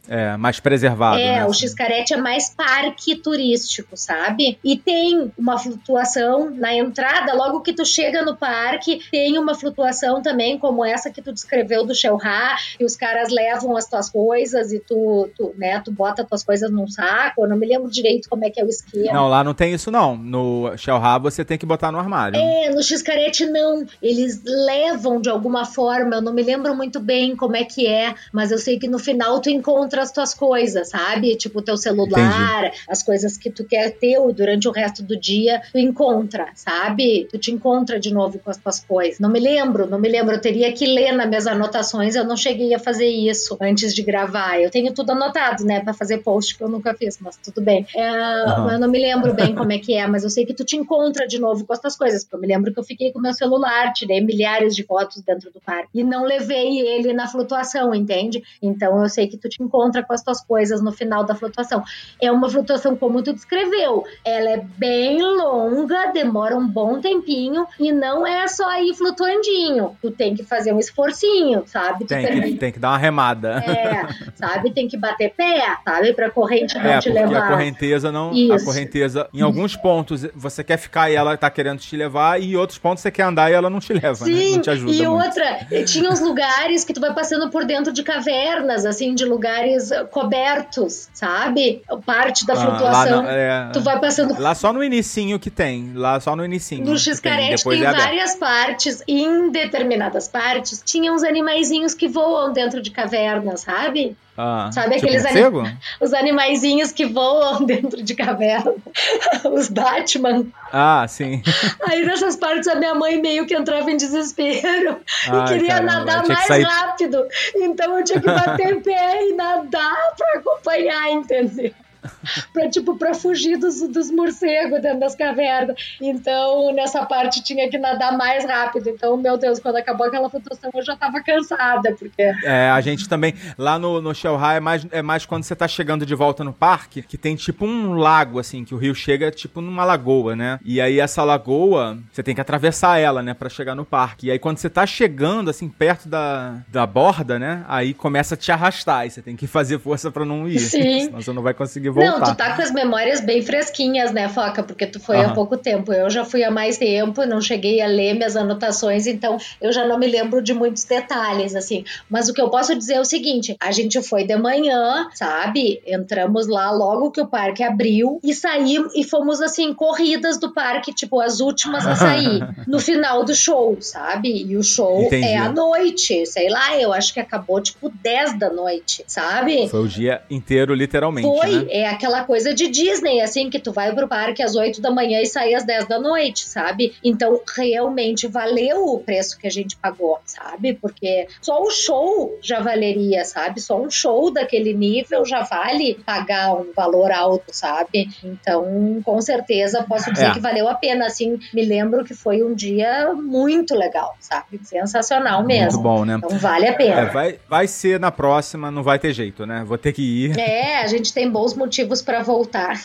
É, mais preservado. É, né? o Xcaret é mais parque turístico, sabe? E tem uma flutuação na entrada, logo que tu chega no parque, tem uma flutuação também, como essa que tu descreveu do Xel-Há, que os caras levam as tuas coisas e tu, tu, né, tu bota as tuas coisas num saco. Eu não me lembro direito como é que é o esquema. Não, lá não tem isso não. No Xel-Há você tem que botar no armário. É, no Xcaret não. Eles levam de alguma forma, eu não me lembro muito bem como é que é, mas eu sei que no final tu encontra as tuas coisas, sabe? Tipo o teu celular, Entendi. As coisas que tu quer ter durante o resto do dia, tu encontra, sabe? Tu te encontra de novo com as tuas coisas. Não me lembro, não me lembro. Eu teria que ler nas minhas anotações, eu não cheguei a fazer isso antes de gravar. Eu tenho tudo anotado, né? Pra fazer post que eu nunca fiz, mas tudo bem. É, uhum. Eu não me lembro bem como é que é, mas eu sei que tu te encontra de novo com as tuas coisas. Eu me lembro que eu fiquei com meu celular, tirei milhares de fotos dentro do parque e não levei ele na flutuação, entende? Então eu sei que tu te encontra com as tuas coisas no final da flutuação. É uma flutuação como tu descreveu. Ela é bem longa, demora um bom tempinho e não é só ir flutuandinho. Tu tem que fazer um esforcinho, sabe? Tem, que, tem que dar uma remada. É, sabe? Tem que bater pé, sabe? Pra corrente não é, te levar. É, porque a correnteza não... Isso. A correnteza, em alguns pontos, você quer ficar e ela tá querendo te levar, e em outros pontos você quer andar e ela não te leva, Sim, né? Não te ajuda e muito. outra, tinha uns lugares que tu vai passando por dentro de cavernas, assim, de lugares cobertos, sabe? Parte da flutuação. Ah, lá, é... Tu vai passando... Lá só no inicinho que tem, lá só no inicinho. No Xcaret tem, tem é várias partes, e em determinadas partes, tinha uns animaizinhos que voam dentro de cavernas, sabe? Ah, sabe tipo aqueles um anim... os animaizinhos que voam dentro de caverna, os Batman. Ah, sim. Aí nessas partes a minha mãe meio que entrava em desespero Ai, e queria caramba, nadar mais sair... rápido, então eu tinha que bater pé e nadar pra acompanhar, entendeu? pra, tipo, pra fugir dos, dos morcegos dentro das cavernas. Então, nessa parte tinha que nadar mais rápido. Então, meu Deus, quando acabou aquela flutuação, eu já tava cansada, porque... É, a gente também, lá no, no Xel-Há, é mais, é mais quando você tá chegando de volta no parque, que tem tipo um lago, assim, que o rio chega tipo numa lagoa, né? E aí essa lagoa, você tem que atravessar ela, né, pra chegar no parque. E aí quando você tá chegando, assim, perto da, da borda, né, aí começa a te arrastar, e você tem que fazer força pra não ir. Sim. Senão você não vai conseguir voltar. Não, tu tá com as memórias bem fresquinhas, né, Foca? Porque tu foi uhum. há pouco tempo. Eu já fui há mais tempo, não cheguei a ler minhas anotações, então eu já não me lembro de muitos detalhes, assim. Mas o que eu posso dizer é o seguinte, a gente foi de manhã, sabe? Entramos lá logo que o parque abriu e saímos e fomos, assim, corridas do parque, tipo, as últimas a sair, no final do show, sabe? E o show Entendi. É à noite, sei lá, eu acho que acabou, tipo, dez da noite, sabe? Foi o dia inteiro, literalmente, Foi, né? É aquela coisa de Disney, assim, que tu vai pro parque às oito da manhã e sai às dez da noite, sabe? Então, realmente valeu o preço que a gente pagou, sabe? Porque só o show já valeria, sabe? Só um show daquele nível já vale pagar um valor alto, sabe? Então, com certeza, posso dizer é. que valeu a pena, assim. Me lembro que foi um dia muito legal, sabe? Sensacional mesmo. Muito bom, né? Então, vale a pena. É, vai, vai ser na próxima, não vai ter jeito, né? Vou ter que ir. É, a gente tem bons motivos pra voltar.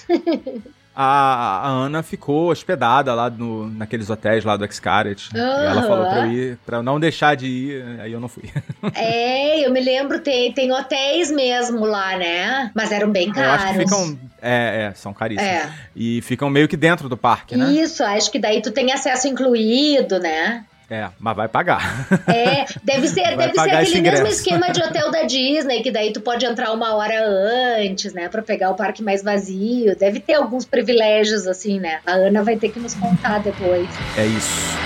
A, a Ana ficou hospedada lá no, naqueles hotéis lá do Xcaret. Uhum. E ela falou pra eu ir, pra eu não deixar de ir, aí eu não fui. É, eu me lembro, tem, tem hotéis mesmo lá, né? Mas eram bem caros. Eu acho que ficam, é, é são caríssimos. É. E ficam meio que dentro do parque, né? Isso, acho que daí tu tem acesso incluído, né? É, mas vai pagar. É, deve ser, deve ser aquele mesmo esquema de hotel da Disney, que daí tu pode entrar uma hora antes, né, pra pegar o parque mais vazio. Deve ter alguns privilégios, assim, né? A Ana vai ter que nos contar depois. É isso.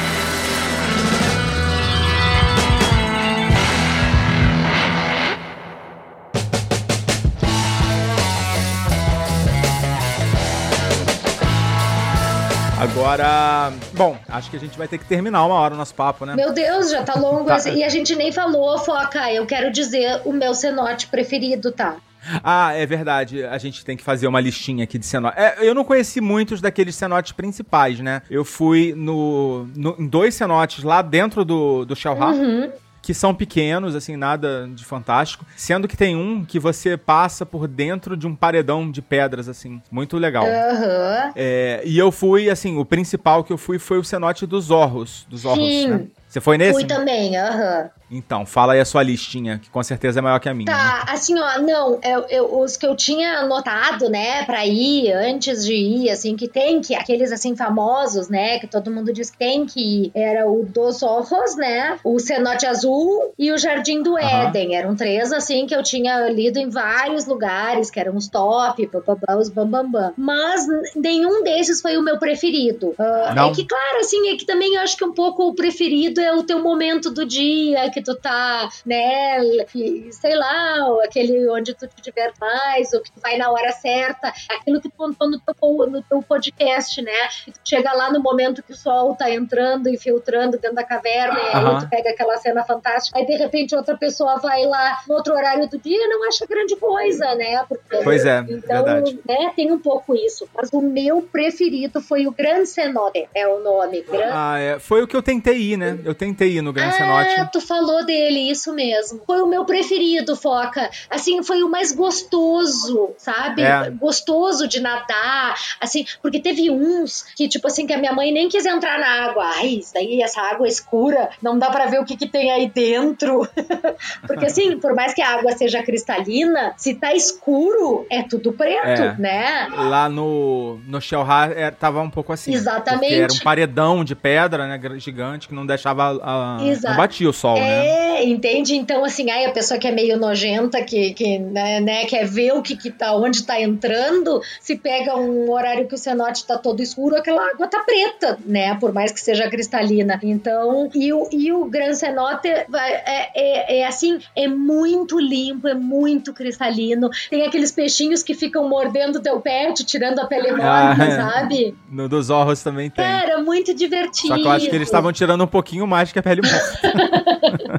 Agora, bom, acho que a gente vai ter que terminar uma hora o nosso papo, né? Meu Deus, já tá longo. Tá. E a gente nem falou, Foca, eu quero dizer o meu cenote preferido, tá? Ah, é verdade. A gente tem que fazer uma listinha aqui de cenotes. É, eu não conheci muitos daqueles cenotes principais, né? Eu fui no, no, em dois cenotes lá dentro do, do Xel-Há. Uhum. Que são pequenos, assim, nada de fantástico. Sendo que tem um que você passa por dentro de um paredão de pedras, assim. Muito legal. Uhum. É, e eu fui, assim, o principal que eu fui foi o cenote dos Zorros. Dos Zorros, Sim. Né? Você foi nesse? Fui também, aham. Uhum. Então, fala aí a sua listinha, que com certeza é maior que a minha. Tá, né? Assim, ó, não, eu, eu, os que eu tinha anotado, né, pra ir, antes de ir, assim, que tem que, aqueles, assim, famosos, né, que todo mundo diz que tem que ir, era o Dos Ojos, né, o Cenote Azul e o Jardim do Éden. Uhum. Eram três, assim, que eu tinha lido em vários lugares, que eram os top, bababá, os bambambam. Mas nenhum desses foi o meu preferido. Uh, é que, claro, assim, é que também eu acho que um pouco o preferido é o teu momento do dia, que tu tá, né, que, sei lá, aquele onde tu te diverte mais, ou que tu vai na hora certa, aquilo que tu contou no teu, no teu podcast, né, que tu chega lá no momento que o sol tá entrando e filtrando dentro da caverna, e aí uhum. tu pega aquela cena fantástica, aí de repente outra pessoa vai lá no outro horário do dia e não acha grande coisa, né, porque, pois é, então, verdade. Né, tem um pouco isso, mas o meu preferido foi o Gran Cenote, é o nome. Gran... Ah, é, foi o que eu tentei ir, né, eu tentei ir no Gran ah, Cenote. Ah, tu falou dele, isso mesmo. Foi o meu preferido, Foca. Assim, foi o mais gostoso, sabe? É. Gostoso de nadar, assim, porque teve uns que, tipo assim, que a minha mãe nem quis entrar na água. Ai, isso daí, essa água escura, não dá pra ver o que que tem aí dentro. Porque, assim, por mais que a água seja cristalina, se tá escuro, é tudo preto, é. né? Lá no, no Xel-Há é, tava um pouco assim. Exatamente. Porque era um paredão de pedra, né, gigante, que não deixava a... Exato. Não batia o sol, é, né? É, entende? Então, assim, aí a pessoa que é meio nojenta, que, que né, né, quer ver o que, que tá, onde tá entrando, se pega um horário que o cenote tá todo escuro, aquela água tá preta, né? Por mais que seja cristalina. Então, e o, e o Gran Cenote é, é, é assim, é muito limpo, é muito cristalino. Tem aqueles peixinhos que ficam mordendo teu pé, te tirando a pele morta, ah, sabe? No dos Ojos também tem. Cara, muito divertido. Só que eu acho que eles estavam tirando um pouquinho mais que a pele morta.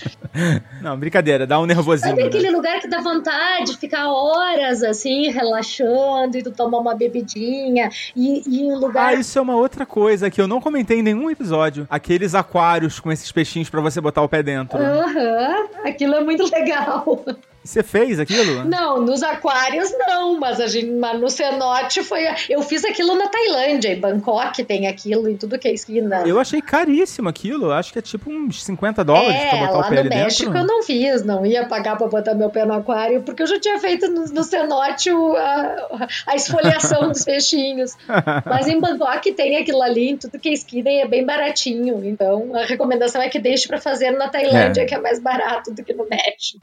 Não, brincadeira, dá um nervosinho. Sabe aquele né? lugar que dá vontade de ficar horas assim, relaxando, e tu tomar uma bebidinha, e, e um lugar... Ah, isso é uma outra coisa que eu não comentei em nenhum episódio. Aqueles aquários com esses peixinhos pra você botar o pé dentro. Aham, uhum, aquilo é muito legal. Você fez aquilo? Não, nos aquários não, mas, a gente, mas no cenote foi... Eu fiz aquilo na Tailândia, em Bangkok tem aquilo em tudo que é esquina. Eu achei caríssimo aquilo, acho que é tipo uns cinquenta dólares é, pra botar o pé ali dentro. É, lá no México eu não fiz, não ia pagar pra botar meu pé no aquário, porque eu já tinha feito no, no cenote o, a, a esfoliação dos peixinhos. Mas em Bangkok tem aquilo ali em tudo que é esquina e é bem baratinho, então a recomendação é que deixe pra fazer na Tailândia, é. que é mais barato do que no México.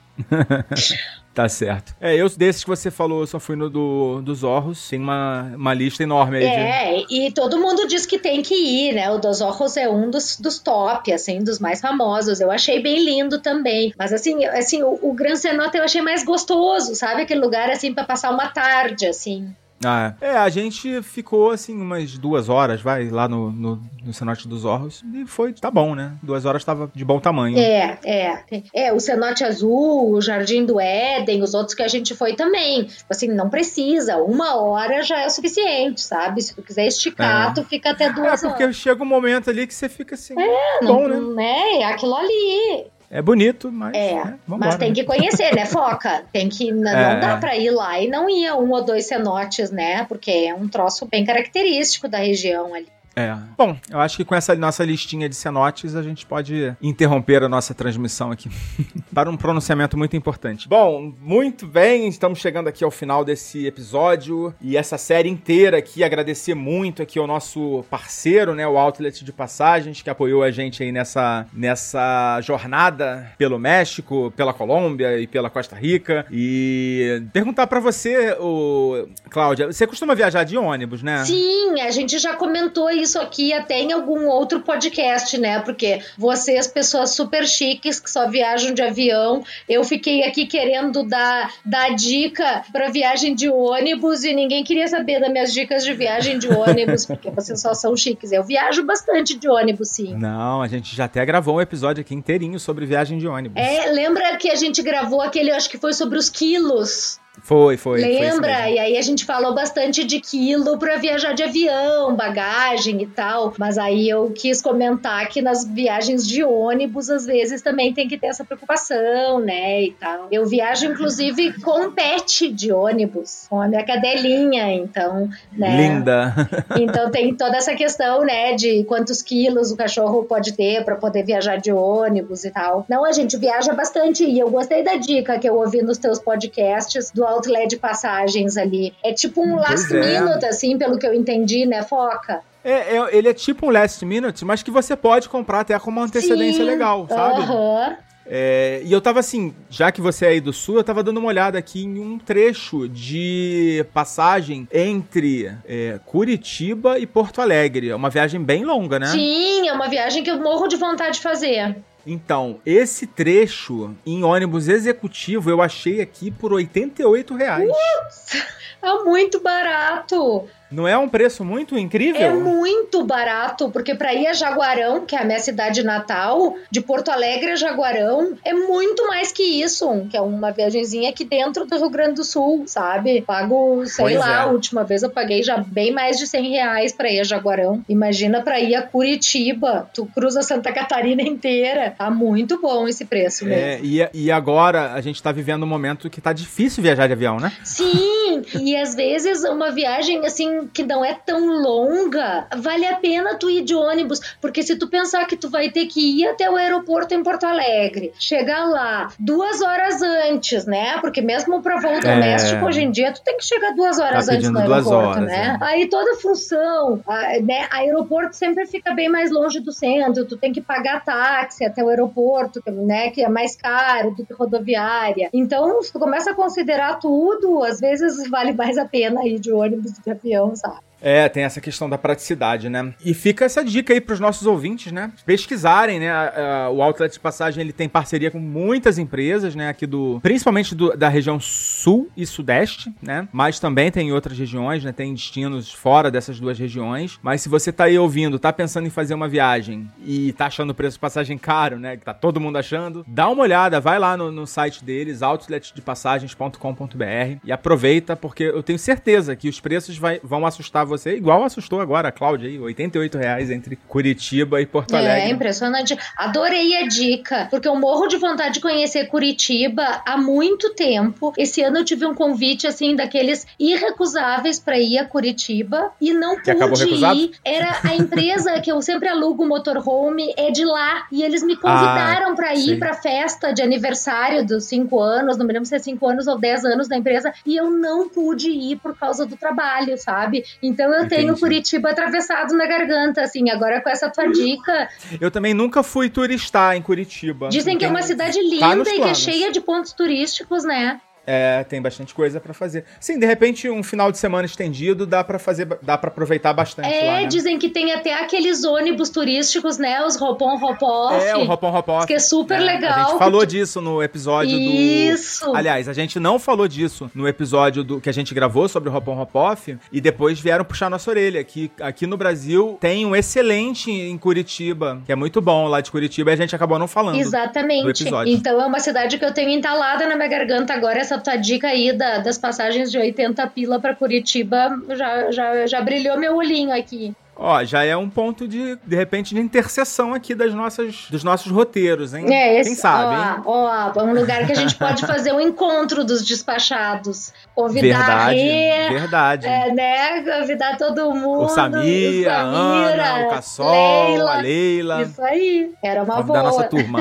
Tá certo. É, eu desses que você falou, eu só fui no do, dos Ojos, tem uma, uma lista enorme aí. É, de... e todo mundo diz que tem que ir, né? O dos Ojos é um dos, dos top, assim, dos mais famosos. Eu achei bem lindo também. Mas, assim, assim o, o Gran Cenote eu achei mais gostoso, sabe? Aquele lugar, assim, pra passar uma tarde, assim. Ah, é, a gente ficou assim umas duas horas, vai, lá no, no, no Cenote dos Ojos, e foi, tá bom, né? Duas horas tava de bom tamanho. É, é. É, o Cenote Azul, o Jardim do Éden, os outros que a gente foi também. Tipo assim, não precisa, uma hora já é o suficiente, sabe? Se tu quiser esticar, é. tu fica até duas horas. É, porque horas. Chega um momento ali que você fica assim, é, bom, não, né? É aquilo ali. É bonito, mas... É, né, mas tem que conhecer, né, Foca? Tem que... Não é, dá pra ir lá e não ir a um ou dois cenotes, né? Porque é um troço bem característico da região ali. É. Bom, eu acho que com essa nossa listinha de cenotes a gente pode interromper a nossa transmissão aqui para um pronunciamento muito importante. Bom, muito bem, estamos chegando aqui ao final desse episódio e essa série inteira aqui, agradecer muito aqui ao nosso parceiro, né, o Outlet de Passagens, que apoiou a gente aí nessa, nessa jornada pelo México, pela Colômbia e pela Costa Rica. E perguntar para você, o... Cláudia, você costuma viajar de ônibus, né? Sim, a gente já comentou isso isso aqui até em algum outro podcast, né? Porque vocês, pessoas super chiques que só viajam de avião, eu fiquei aqui querendo dar, dar dica para viagem de ônibus e ninguém queria saber das minhas dicas de viagem de ônibus, porque vocês só são chiques. Eu viajo bastante de ônibus, sim. Não, a gente já até gravou um episódio aqui inteirinho sobre viagem de ônibus. É, lembra que a gente gravou aquele, acho que foi sobre os quilos Foi, foi. Lembra? Foi e aí a gente falou bastante de quilo pra viajar de avião, bagagem e tal. Mas aí eu quis comentar que nas viagens de ônibus, às vezes, também tem que ter essa preocupação, né? E tal. Eu viajo, inclusive, com pet de ônibus, com a minha cadelinha, então, né? Linda! Então tem toda essa questão, né, de quantos quilos o cachorro pode ter pra poder viajar de ônibus e tal. Não, a gente viaja bastante e eu gostei da dica que eu ouvi nos teus podcasts do Outlet de Passagens ali. É tipo um Pois last é. minute, assim, pelo que eu entendi, né, Foca? É, é, ele é tipo um last minute, mas que você pode comprar até com uma antecedência Sim. legal, sabe? Aham. É, e eu tava assim, já que você é aí do sul, eu tava dando uma olhada aqui em um trecho de passagem entre é, Curitiba e Porto Alegre. É uma viagem bem longa, né? Sim, é uma viagem que eu morro de vontade de fazer. Então, esse trecho em ônibus executivo eu achei aqui por oitenta e oito reais. É muito barato. Não é um preço muito incrível? É muito barato, porque pra ir a Jaguarão, que é a minha cidade natal, de Porto Alegre a Jaguarão, é muito mais que isso, que é uma viagenzinha aqui dentro do Rio Grande do Sul, sabe? Pago, sei Pois lá, é. a última vez eu paguei já bem mais de cem reais pra ir a Jaguarão. Imagina pra ir a Curitiba, tu cruza Santa Catarina inteira. Tá muito bom esse preço mesmo. É, e, e agora a gente tá vivendo um momento que tá difícil viajar de avião, né? Sim, e às vezes uma viagem assim que não é tão longa, vale a pena tu ir de ônibus, porque se tu pensar que tu vai ter que ir até o aeroporto em Porto Alegre, chegar lá duas horas antes, né? Porque mesmo pra voo doméstico, É. hoje em dia, tu tem que chegar duas horas Tá antes no pedindo duas aeroporto, horas, né? é. Aí toda a função, a, né? Aeroporto sempre fica bem mais longe do centro, tu tem que pagar táxi até o aeroporto, né? Que é mais caro do que rodoviária. Então, se tu começa a considerar tudo, às vezes vale mais a pena ir de ônibus do que de avião, sabe? É, tem essa questão da praticidade, né? E fica essa dica aí pros nossos ouvintes, né? Pesquisarem, né? A- a- o Outlet de Passagem, ele tem parceria com muitas empresas, né? Aqui do... Principalmente do- da região sul e sudeste, né? Mas também tem em outras regiões, né? Tem destinos fora dessas duas regiões. Mas se você tá aí ouvindo, tá pensando em fazer uma viagem e tá achando o preço de passagem caro, né? Que tá todo mundo achando, dá uma olhada, vai lá no, no site deles, outlet de passagens ponto com ponto b r, e aproveita, porque eu tenho certeza que os preços vai- vão assustar você, igual assustou agora a Cláudia aí, oitenta e oito reais entre Curitiba e Porto Alegre. É impressionante. Adorei a dica, porque eu morro de vontade de conhecer Curitiba há muito tempo. Esse ano eu tive um convite, assim, daqueles irrecusáveis para ir a Curitiba e não Que acabou pude recusado? ir. Era a empresa que eu sempre alugo motorhome, é de lá. E eles me convidaram Ah, para ir sei. pra festa de aniversário dos cinco anos, não me lembro se é cinco anos ou dez anos da empresa, e eu não pude ir por causa do trabalho, sabe? Então eu tenho Entendi. Curitiba atravessado na garganta, assim. Agora com essa tua dica, Eu também nunca fui turistar em Curitiba. dizem que é Tem- uma cidade tá nos linda e que é planos. cheia de pontos turísticos, né? É, tem bastante coisa pra fazer. Sim, de repente um final de semana estendido dá pra fazer, dá para aproveitar bastante É, lá, né? dizem que tem até aqueles ônibus turísticos, né? Os Hopon Hopoff. É, o Hopon Hopoff. Que é super legal. A gente falou disso no episódio Isso. do... Aliás, a gente não falou disso no episódio do que a gente gravou sobre o Hopon Hopoff e depois vieram puxar nossa orelha, que aqui no Brasil tem um excelente em Curitiba, que é muito bom lá de Curitiba, e a gente acabou não falando. Exatamente. no episódio. Então é uma cidade que eu tenho entalada na minha garganta agora. Essa tua dica aí da- das passagens de oitenta pila pra Curitiba já, já, já brilhou meu olhinho aqui. Ó, já é um ponto de, de repente, de interseção aqui das nossas, dos nossos roteiros, hein? É, esse, Quem sabe, hein? ó, ó, é um lugar que a gente pode fazer um encontro dos despachados. Convidar a Verdade, Rê, verdade. é, né? Convidar todo mundo. O Samir, o a Samira, Ana, o Cassol, Leila. a Leila. Isso aí. Era uma Convidar boa. a nossa turma.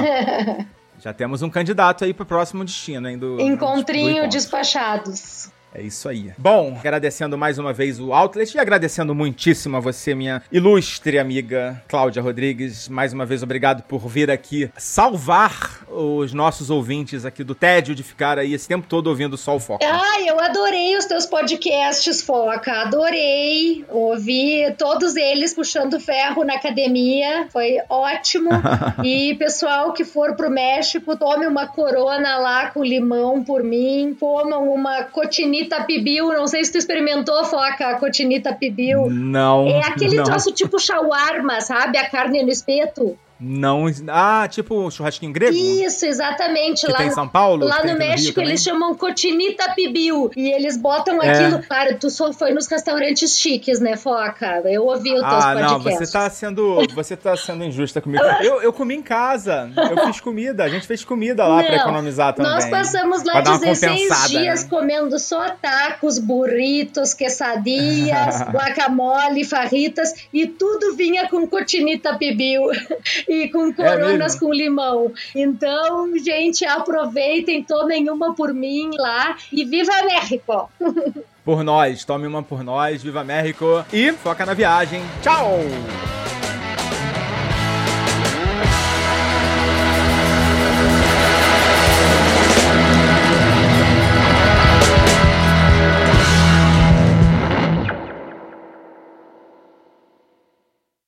Já temos um candidato aí pro próximo destino, hein? Do, Encontrinho do encontro. despachados. É isso aí. Bom, agradecendo mais uma vez o Outlet e agradecendo muitíssimo a você, minha ilustre amiga Cláudia Rodrigues. Mais uma vez, obrigado por vir aqui salvar os nossos ouvintes aqui do tédio de ficar aí esse tempo todo ouvindo só o Foca. Ai, eu adorei os teus podcasts, Foca. Adorei. Ouvi todos eles puxando ferro na academia. Foi ótimo. E pessoal que for pro México, tome uma corona lá com limão por mim. Comam uma cotinita pibil. Não sei se tu experimentou, Foca, a cotinita pibil. Não, É aquele não. troço tipo shawarma, sabe? A carne no espeto. Não. Ah, tipo churrasquinho grego? Isso, exatamente. Que lá tem em São Paulo? Lá no México eles chamam cochinita pibil. E eles botam é. aquilo. Cara, tu só foi nos restaurantes chiques, né, Foca? Eu ouvi os teus ah, podcasts. Não, você tá sendo. Você tá sendo injusta comigo. Eu, eu comi em casa. Eu fiz comida. A gente fez comida lá não, pra economizar também. Nós passamos lá dezesseis dias né? comendo só tacos, burritos, quesadillas, guacamole, farritas. E tudo vinha com cochinita pibil. E com coronas é com limão. Então, gente, aproveitem, tomem uma por mim lá e viva México! Por nós, tome uma por nós, viva México e foca na viagem. Tchau!